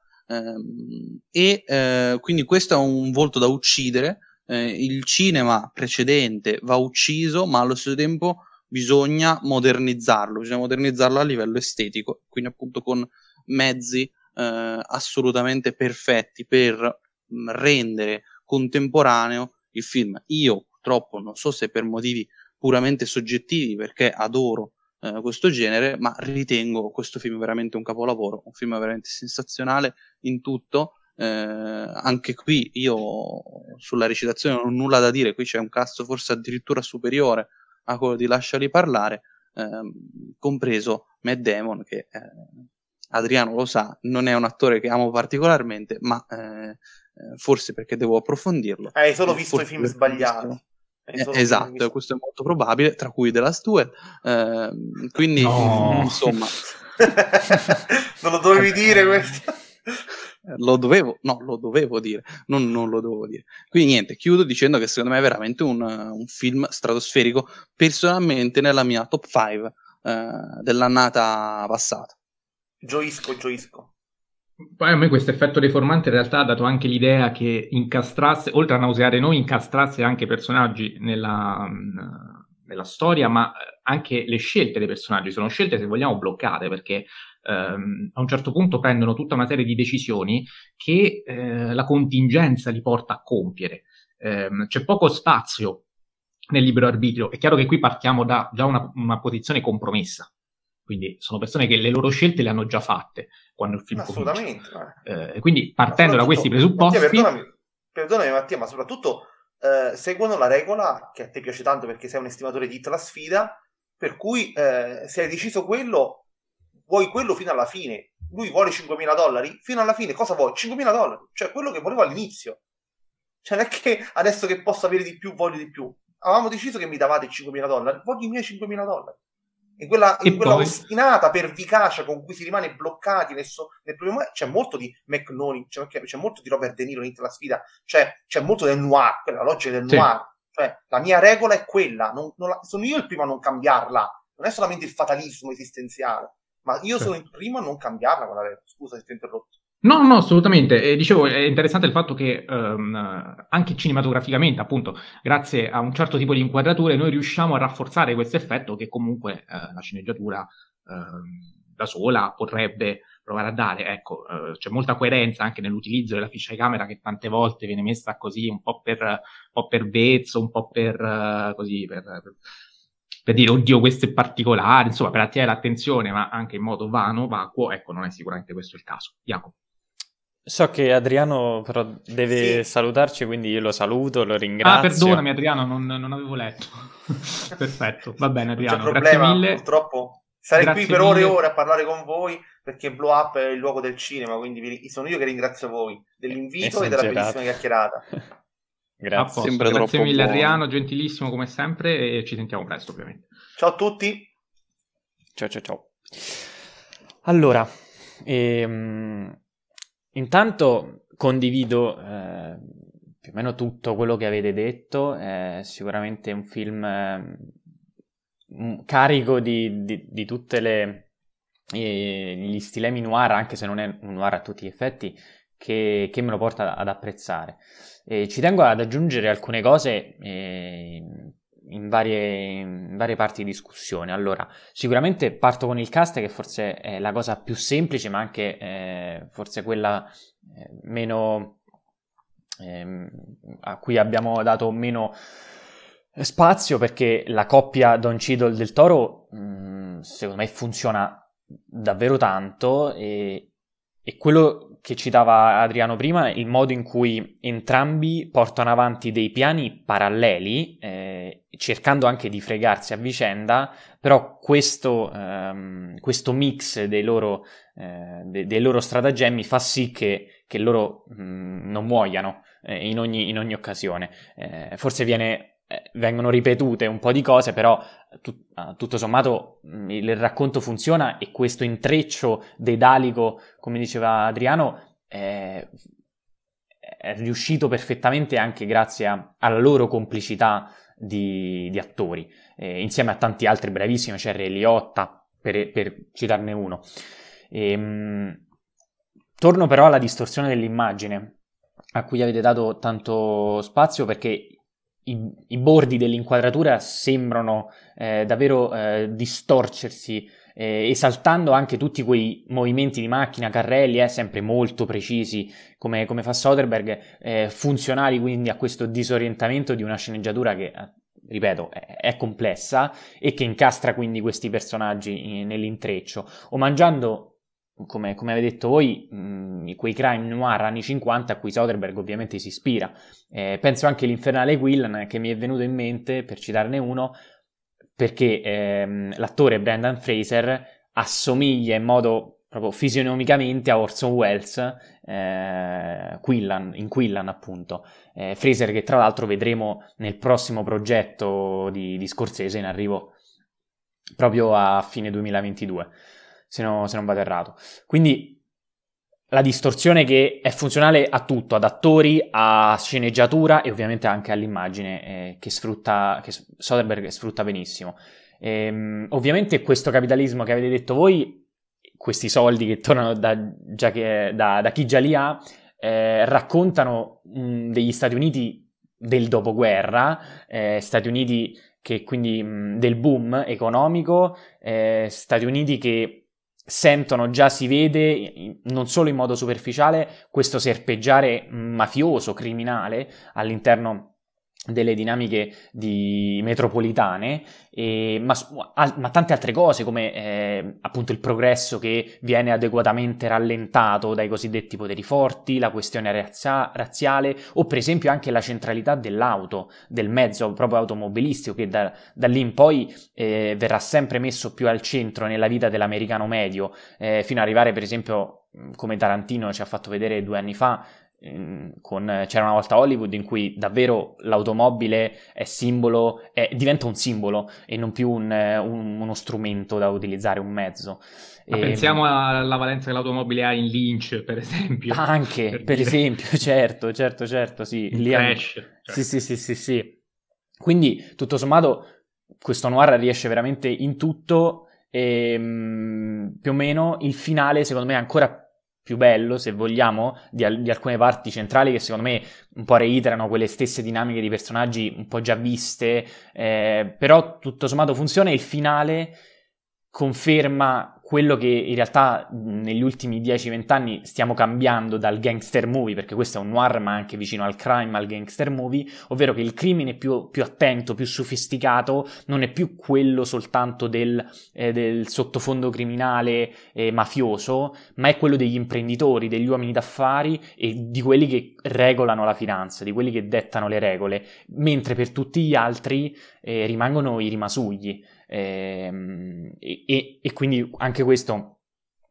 Speaker 3: quindi questo è un volto da uccidere. Il cinema precedente va ucciso, ma allo stesso tempo bisogna modernizzarlo a livello estetico, quindi appunto con mezzi assolutamente perfetti per rendere contemporaneo il film. Io purtroppo, non so se per motivi puramente soggettivi, perché adoro questo genere, ma ritengo questo film veramente un capolavoro, un film veramente sensazionale in tutto. Anche qui io sulla recitazione non ho nulla da dire, qui c'è un cast forse addirittura superiore a quello di Lasciali parlare, compreso Matt Damon, che Adriano lo sa, non è un attore che amo particolarmente, ma forse perché devo approfondirlo.
Speaker 4: Hai solo visto i film sbagliati.
Speaker 3: Esatto, questo è molto probabile, tra cui The Last Duel, quindi
Speaker 1: no.
Speaker 3: insomma
Speaker 4: non lo dovevi dire questo.
Speaker 3: lo dovevo dire, non lo dovevo dire. Quindi niente, chiudo dicendo che secondo me è veramente un film stratosferico, personalmente nella mia top 5 dell'annata passata.
Speaker 4: Gioisco.
Speaker 1: Poi a me questo effetto deformante in realtà ha dato anche l'idea che incastrasse, oltre a nauseare noi, incastrasse anche i personaggi nella storia, ma anche le scelte dei personaggi sono scelte, se vogliamo, bloccate, perché a un certo punto prendono tutta una serie di decisioni che la contingenza li porta a compiere. C'è poco spazio nel libero arbitrio. È chiaro che qui partiamo da già una posizione compromessa. Quindi sono persone che le loro scelte le hanno già fatte quando il film comincia.
Speaker 4: Assolutamente.
Speaker 1: Quindi partendo da questi presupposti...
Speaker 4: Mattia, perdonami Mattia, ma soprattutto seguono la regola che a te piace tanto perché sei un estimatore di Hit la sfida, per cui se hai deciso quello, vuoi quello fino alla fine. Lui vuole $5.000, fino alla fine cosa vuoi? $5.000, cioè quello che volevo all'inizio. Cioè non è che adesso che posso avere di più voglio di più. Avevamo deciso che mi davate $5.000, voglio i miei $5.000. In quella ostinata pervicacia con cui si rimane bloccati nel primo momento, c'è molto di McNally, c'è molto di Robert De Niro in la sfida, c'è molto del noir, quella logica del noir. Cioè la mia regola è quella, sono io il primo a non cambiarla, non è solamente il fatalismo esistenziale, ma io sono il primo a non cambiarla quella regola. Scusa se ti ho interrotto.
Speaker 1: No, assolutamente. Dicevo, è interessante il fatto che anche cinematograficamente, appunto, grazie a un certo tipo di inquadrature, noi riusciamo a rafforzare questo effetto che comunque la sceneggiatura da sola potrebbe provare a dare. Ecco, c'è molta coerenza anche nell'utilizzo della ficha di camera che tante volte viene messa così, un po' per vezzo, un po' per così, per dire, oddio, questo è particolare, insomma, per attirare l'attenzione, ma anche in modo vacuo. Ecco, non è sicuramente questo il caso. Jacopo.
Speaker 2: So che Adriano però deve salutarci, quindi io lo saluto, lo ringrazio.
Speaker 1: Perdonami Adriano, non avevo letto. Perfetto, va bene Adriano,
Speaker 4: non c'è problema,
Speaker 1: grazie mille.
Speaker 4: Purtroppo sarei qui per ore e ore a parlare con voi, perché Blow Up è il luogo del cinema, quindi sono io che ringrazio voi dell'invito e della bellissima chiacchierata.
Speaker 2: Grazie.
Speaker 1: Grazie mille Adriano, gentilissimo come sempre, e ci sentiamo presto ovviamente.
Speaker 4: Ciao a tutti.
Speaker 2: Ciao. Allora, intanto condivido più o meno tutto quello che avete detto. È sicuramente un film carico di tutte gli stilemi noir, anche se non è un noir a tutti gli effetti, che me lo porta ad apprezzare. Ci tengo ad aggiungere alcune cose in varie parti di discussione. Allora, sicuramente parto con il cast, che forse è la cosa più semplice, ma anche forse quella meno a cui abbiamo dato meno spazio, perché la coppia Don Cheadle del Toro secondo me funziona davvero tanto, e quello che citava Adriano prima, il modo in cui entrambi portano avanti dei piani paralleli, cercando anche di fregarsi a vicenda, però questo mix dei loro stratagemmi fa sì che loro non muoiano in ogni occasione. Forse vengono ripetute un po' di cose, però tutto sommato il racconto funziona, e questo intreccio dei Dalico, come diceva Adriano, è riuscito perfettamente anche grazie alla loro complicità di attori, insieme a tanti altri bravissimi. C'è Ray Liotta, per citarne uno. Torno però alla distorsione dell'immagine, a cui avete dato tanto spazio, perché i bordi dell'inquadratura sembrano davvero distorcersi, esaltando anche tutti quei movimenti di macchina, carrelli, sempre molto precisi, come fa Soderbergh, funzionali quindi a questo disorientamento di una sceneggiatura che, ripeto, è complessa, e che incastra quindi questi personaggi nell'intreccio, omaggiando, come avete detto voi, quei crime noir anni 50 a cui Soderbergh ovviamente si ispira. Penso anche all'Infernale Quillan, che mi è venuto in mente, per citarne uno, perché l'attore Brendan Fraser assomiglia in modo proprio fisionomicamente a Orson Welles, in Quillan appunto. Fraser, che tra l'altro vedremo nel prossimo progetto di Scorsese, in arrivo proprio a fine 2022. Se non vado errato. Quindi la distorsione che è funzionale a tutto, ad attori, a sceneggiatura e ovviamente anche all'immagine che Soderbergh sfrutta benissimo. Ovviamente questo capitalismo che avete detto voi, questi soldi che tornano da chi già li ha, raccontano degli Stati Uniti del dopoguerra, Stati Uniti che quindi del boom economico, Stati Uniti che sentono, già si vede, non solo in modo superficiale, questo serpeggiare mafioso, criminale all'interno delle dinamiche metropolitane, ma tante altre cose come appunto il progresso che viene adeguatamente rallentato dai cosiddetti poteri forti, la questione razziale o per esempio anche la centralità dell'auto, del mezzo proprio automobilistico che da lì in poi verrà sempre messo più al centro nella vita dell'americano medio, fino ad arrivare per esempio, come Tarantino ci ha fatto vedere 2 anni fa, C'era una volta Hollywood, in cui davvero l'automobile diventa un simbolo e non più uno strumento da utilizzare, un mezzo.
Speaker 1: Ma pensiamo alla valenza che l'automobile ha in Lynch, per esempio.
Speaker 2: Anche, per esempio, certo, sì.
Speaker 1: In Crash.
Speaker 2: Sì. Quindi, tutto sommato, questo noir riesce veramente in tutto e più o meno il finale, secondo me, è ancora più bello, se vogliamo, di alcune parti centrali che secondo me un po' reiterano quelle stesse dinamiche di personaggi un po' già viste, però tutto sommato funziona e il finale conferma quello che in realtà negli ultimi 10-20 anni stiamo cambiando dal gangster movie, perché questo è un noir ma anche vicino al crime, al gangster movie, ovvero che il crimine più attento, più sofisticato, non è più quello soltanto del sottofondo criminale mafioso, ma è quello degli imprenditori, degli uomini d'affari e di quelli che regolano la finanza, di quelli che dettano le regole, mentre per tutti gli altri rimangono i rimasugli. E quindi anche questo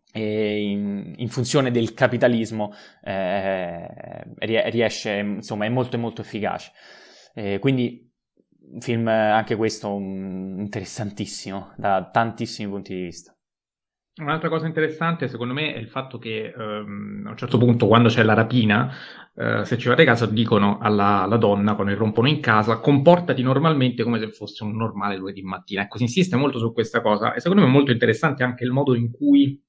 Speaker 2: in funzione del capitalismo riesce, insomma, è molto molto efficace, quindi un film anche questo interessantissimo da tantissimi punti di vista.
Speaker 1: Un'altra cosa interessante secondo me è il fatto che a un certo punto, quando c'è la rapina, se ci fate caso dicono alla donna quando irrompono in casa: comportati normalmente come se fosse un normale lunedì mattina. Ecco, si insiste molto su questa cosa e secondo me è molto interessante anche il modo in cui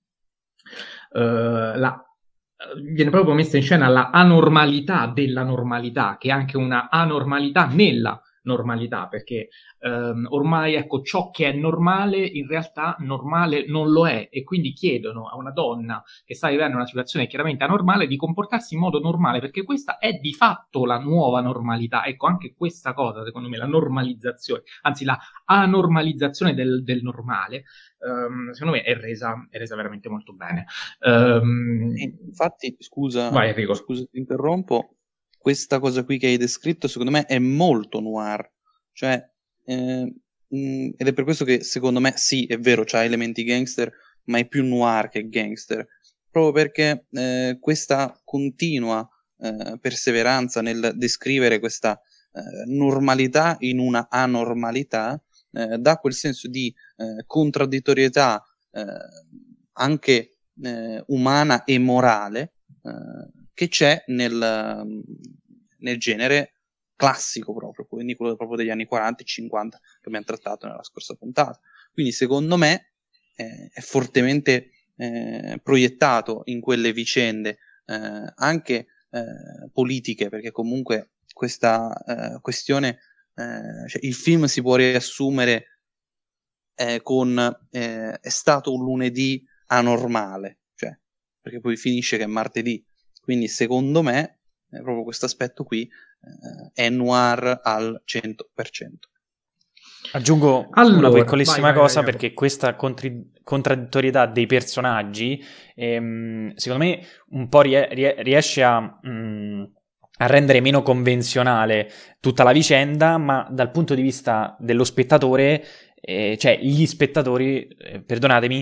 Speaker 1: viene proprio messa in scena la anormalità della normalità, che è anche una anormalità nella normalità, perché ormai, ecco, ciò che è normale in realtà normale non lo è, e quindi chiedono a una donna che sta vivendo una situazione chiaramente anormale di comportarsi in modo normale, perché questa è di fatto la nuova normalità. Ecco, anche questa cosa, secondo me, la normalizzazione, anzi la anormalizzazione del normale, secondo me è resa veramente molto bene.
Speaker 3: Infatti, scusa,
Speaker 1: vai, Enrico.
Speaker 3: Scusa, ti interrompo. Questa cosa qui che hai descritto, secondo me, è molto noir. Cioè, ed è per questo che, secondo me, sì, è vero, c'ha elementi gangster, ma è più noir che gangster. Proprio perché questa continua perseveranza nel descrivere questa normalità in una anormalità dà quel senso di contraddittorietà anche umana e morale che c'è nel genere classico proprio, quindi quello proprio degli anni 40 e 50 che abbiamo trattato nella scorsa puntata. Quindi secondo me è fortemente proiettato in quelle vicende anche politiche, perché comunque questa questione, cioè il film si può riassumere con è stato un lunedì anormale, cioè, perché poi finisce che è martedì. Quindi secondo me proprio questo aspetto qui è noir al 100%.
Speaker 2: Aggiungo una piccolissima cosa, perché questa contraddittorietà dei personaggi secondo me un po' riesce a rendere meno convenzionale tutta la vicenda, ma dal punto di vista dello spettatore, cioè gli spettatori, perdonatemi,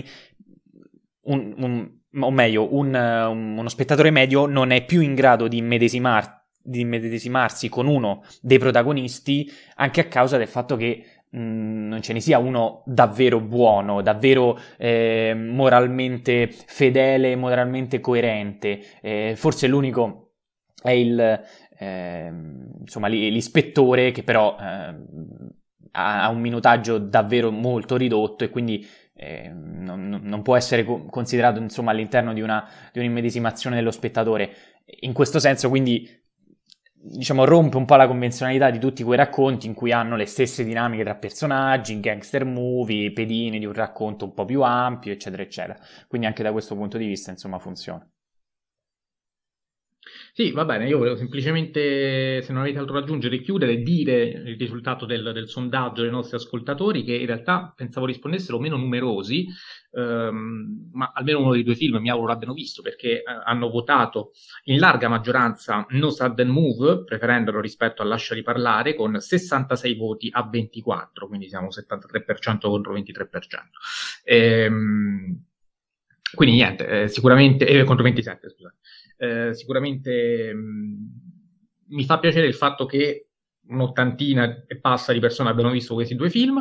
Speaker 2: uno spettatore medio non è più in grado di immedesimarsi con uno dei protagonisti, anche a causa del fatto che non ce ne sia uno davvero buono, davvero moralmente fedele, moralmente coerente. Forse l'unico è l'ispettore, che però ha un minutaggio davvero molto ridotto e quindi non può essere considerato, insomma, all'interno di un'immedesimazione dello spettatore. In questo senso, quindi, diciamo, rompe un po' la convenzionalità di tutti quei racconti in cui hanno le stesse dinamiche tra personaggi, gangster movie, pedine di un racconto un po' più ampio, eccetera, eccetera. Quindi anche da questo punto di vista, insomma, funziona.
Speaker 1: Sì, va bene, io volevo semplicemente, se non avete altro da aggiungere, chiudere e dire il risultato del sondaggio dei nostri ascoltatori, che in realtà pensavo rispondessero meno numerosi, ma almeno uno dei due film mi auguro l'abbiano visto, perché hanno votato in larga maggioranza No Sudden Move, preferendolo rispetto a Lasciali parlare, con 66 voti a 24, quindi siamo 73% contro 23%. Quindi niente, sicuramente, contro 27, scusate. Sicuramente mi fa piacere il fatto che un'ottantina e passa di persone abbiano visto questi due film.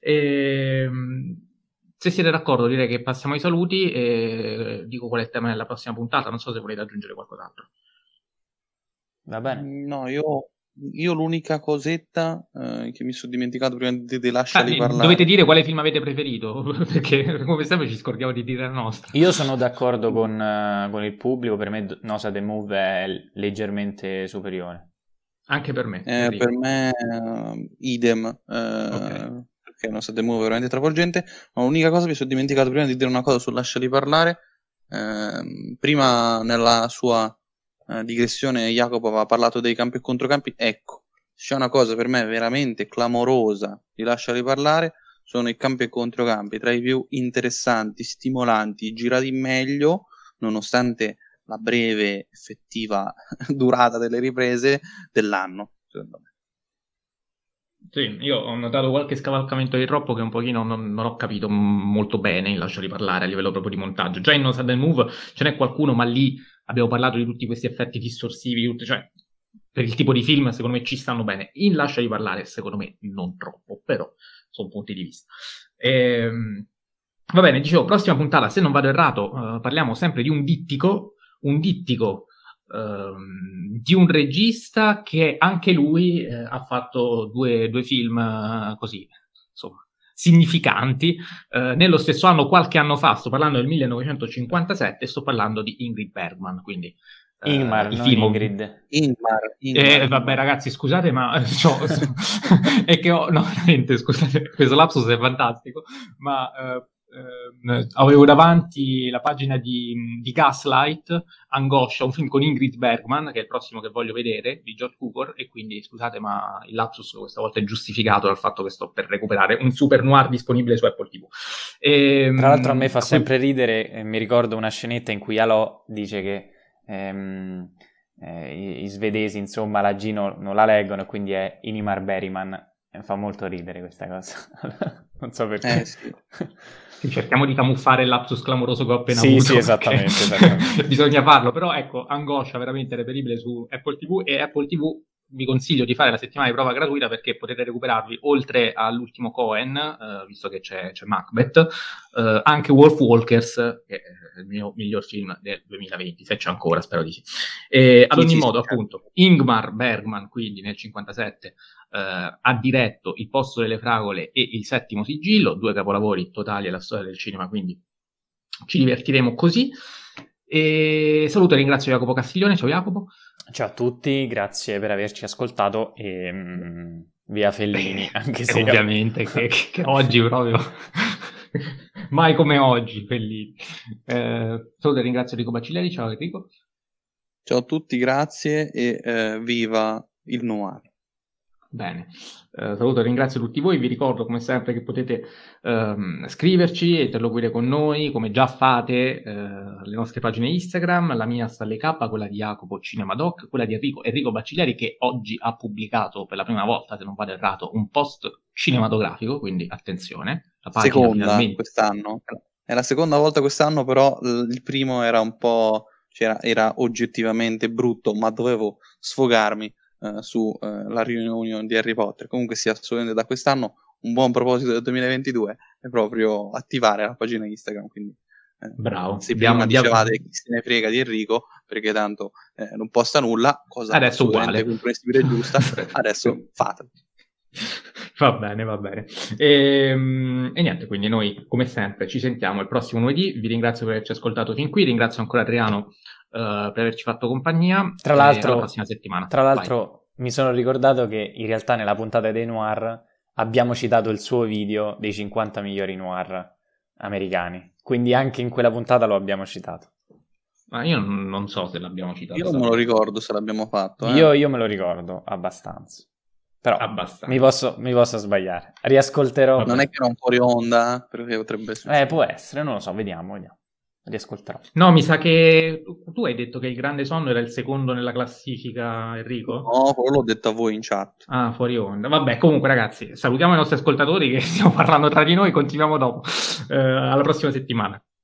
Speaker 1: Se siete d'accordo, direi che passiamo ai saluti e dico qual è il tema della prossima puntata. Non so se volete aggiungere qualcos'altro.
Speaker 2: Va bene.
Speaker 3: No, io l'unica cosetta che mi sono dimenticato prima di lasciarli parlare.
Speaker 1: Dovete dire quale film avete preferito, perché come sempre ci scordiamo di dire la nostra.
Speaker 2: Io sono d'accordo con il pubblico, per me No Sudden Move è leggermente superiore.
Speaker 1: Anche per me.
Speaker 3: Per me idem, okay. Perché No Sudden Move è veramente travolgente, ma l'unica cosa mi sono dimenticato prima di dire una cosa su Lasciali parlare. Prima nella sua digressione Jacopo aveva parlato dei campi e controcampi. Ecco, c'è una cosa per me veramente clamorosa di Lasciali parlare, sono i campi e controcampi, tra i più interessanti, stimolanti, girati meglio, nonostante la breve effettiva durata delle riprese dell'anno, secondo me.
Speaker 1: Sì, io ho notato qualche scavalcamento di troppo che un pochino non ho capito molto bene in Lasciali parlare a livello proprio di montaggio. Già in No Sudden Move ce n'è qualcuno, ma lì abbiamo parlato di tutti questi effetti distorsivi, cioè per il tipo di film secondo me ci stanno bene. In Lasciali parlare secondo me non troppo, però sono punti di vista. Va bene, dicevo, prossima puntata, se non vado errato, parliamo sempre di un dittico di un regista che anche lui ha fatto due film così, insomma, significanti. Nello stesso anno, qualche anno fa, sto parlando del 1957, sto parlando di Ingrid Bergman, quindi
Speaker 2: Ingmar, non Ingrid.
Speaker 3: Ingmar.
Speaker 1: Vabbè ragazzi, scusate, ma è che no, veramente, scusate, questo lapsus è fantastico, ma avevo davanti la pagina di Gaslight, Angoscia, un film con Ingrid Bergman, che è il prossimo che voglio vedere, di George Cukor, e quindi scusate, ma il lapsus questa volta è giustificato dal fatto che sto per recuperare un super noir disponibile su Apple TV.
Speaker 2: Tra l'altro a me fa sempre ridere, mi ricordo una scenetta in cui Alò dice che i svedesi, insomma, la G non la leggono, e quindi è Ingmar Bergman. Fa molto ridere questa cosa. Non so perché.
Speaker 3: Sì.
Speaker 1: Cerchiamo di camuffare il lapsus clamoroso che ho appena avuto.
Speaker 2: Sì, esattamente.
Speaker 1: Bisogna farlo, però ecco, Angoscia veramente reperibile su Apple TV, e Apple TV vi consiglio di fare la settimana di prova gratuita, perché potete recuperarvi, oltre all'ultimo Coen, visto che c'è Macbeth, anche Wolf Walkers, che è il mio miglior film del 2020, se c'è ancora, spero di sì. Ad ogni modo, appunto, Ingmar Bergman, quindi nel 57, ha diretto Il posto delle fragole e Il settimo sigillo, due capolavori totali alla storia del cinema, quindi ci divertiremo così. E saluto e ringrazio Jacopo Castiglione. Ciao Jacopo.
Speaker 2: Ciao a tutti, grazie per averci ascoltato e via Fellini, anche se
Speaker 1: ovviamente che oggi proprio mai come oggi Fellini. Saluto e ringrazio Enrico Bacilleri. Ciao Enrico.
Speaker 3: Ciao a tutti, grazie e viva il noir. Bene,
Speaker 1: saluto e ringrazio tutti voi, vi ricordo come sempre che potete scriverci e interloquire con noi, come già fate, alle nostre pagine Instagram, la mia sta alle K, quella di Jacopo Cinemadoc, quella di Enrico Bacilleri, che oggi ha pubblicato per la prima volta, se non vado errato, un post cinematografico, quindi attenzione. La pagina
Speaker 3: seconda
Speaker 1: finalmente...
Speaker 3: quest'anno, è la seconda volta quest'anno, però il primo era un po', era oggettivamente brutto, ma dovevo sfogarmi su la riunione di Harry Potter. Comunque sia, assolutamente da quest'anno un buon proposito del 2022 è proprio attivare la pagina Instagram, quindi
Speaker 1: bravo.
Speaker 3: se prima dicevate chi se ne frega di Enrico perché tanto non posta nulla, cosa
Speaker 1: adesso uguale,
Speaker 3: comprensibile e giusta, adesso fatelo.
Speaker 1: Va bene. E niente, quindi noi come sempre ci sentiamo il prossimo lunedì. Vi ringrazio per averci ascoltato fin qui, ringrazio ancora Adriano per averci fatto compagnia.
Speaker 2: Tra l'altro,
Speaker 1: alla prossima settimana.
Speaker 2: Tra l'altro mi sono ricordato che in realtà nella puntata dei noir abbiamo citato il suo video dei 50 migliori noir americani, quindi anche in quella puntata lo abbiamo citato.
Speaker 1: Ma io non so se l'abbiamo citato.
Speaker 3: Io non me lo ricordo se l'abbiamo fatto.
Speaker 2: Io me lo ricordo abbastanza. Però mi posso sbagliare. Riascolterò.
Speaker 3: Non è che era un fuori onda, perché potrebbe essere.
Speaker 2: Può essere, non lo so, vediamo. Riascolterò.
Speaker 1: No, mi sa che tu hai detto che il Grande Sonno era il secondo nella classifica, Enrico?
Speaker 3: No, quello l'ho detto a voi in chat.
Speaker 1: Ah, fuori onda. Vabbè, comunque ragazzi, salutiamo i nostri ascoltatori che stiamo parlando tra di noi, continuiamo dopo. Alla prossima settimana.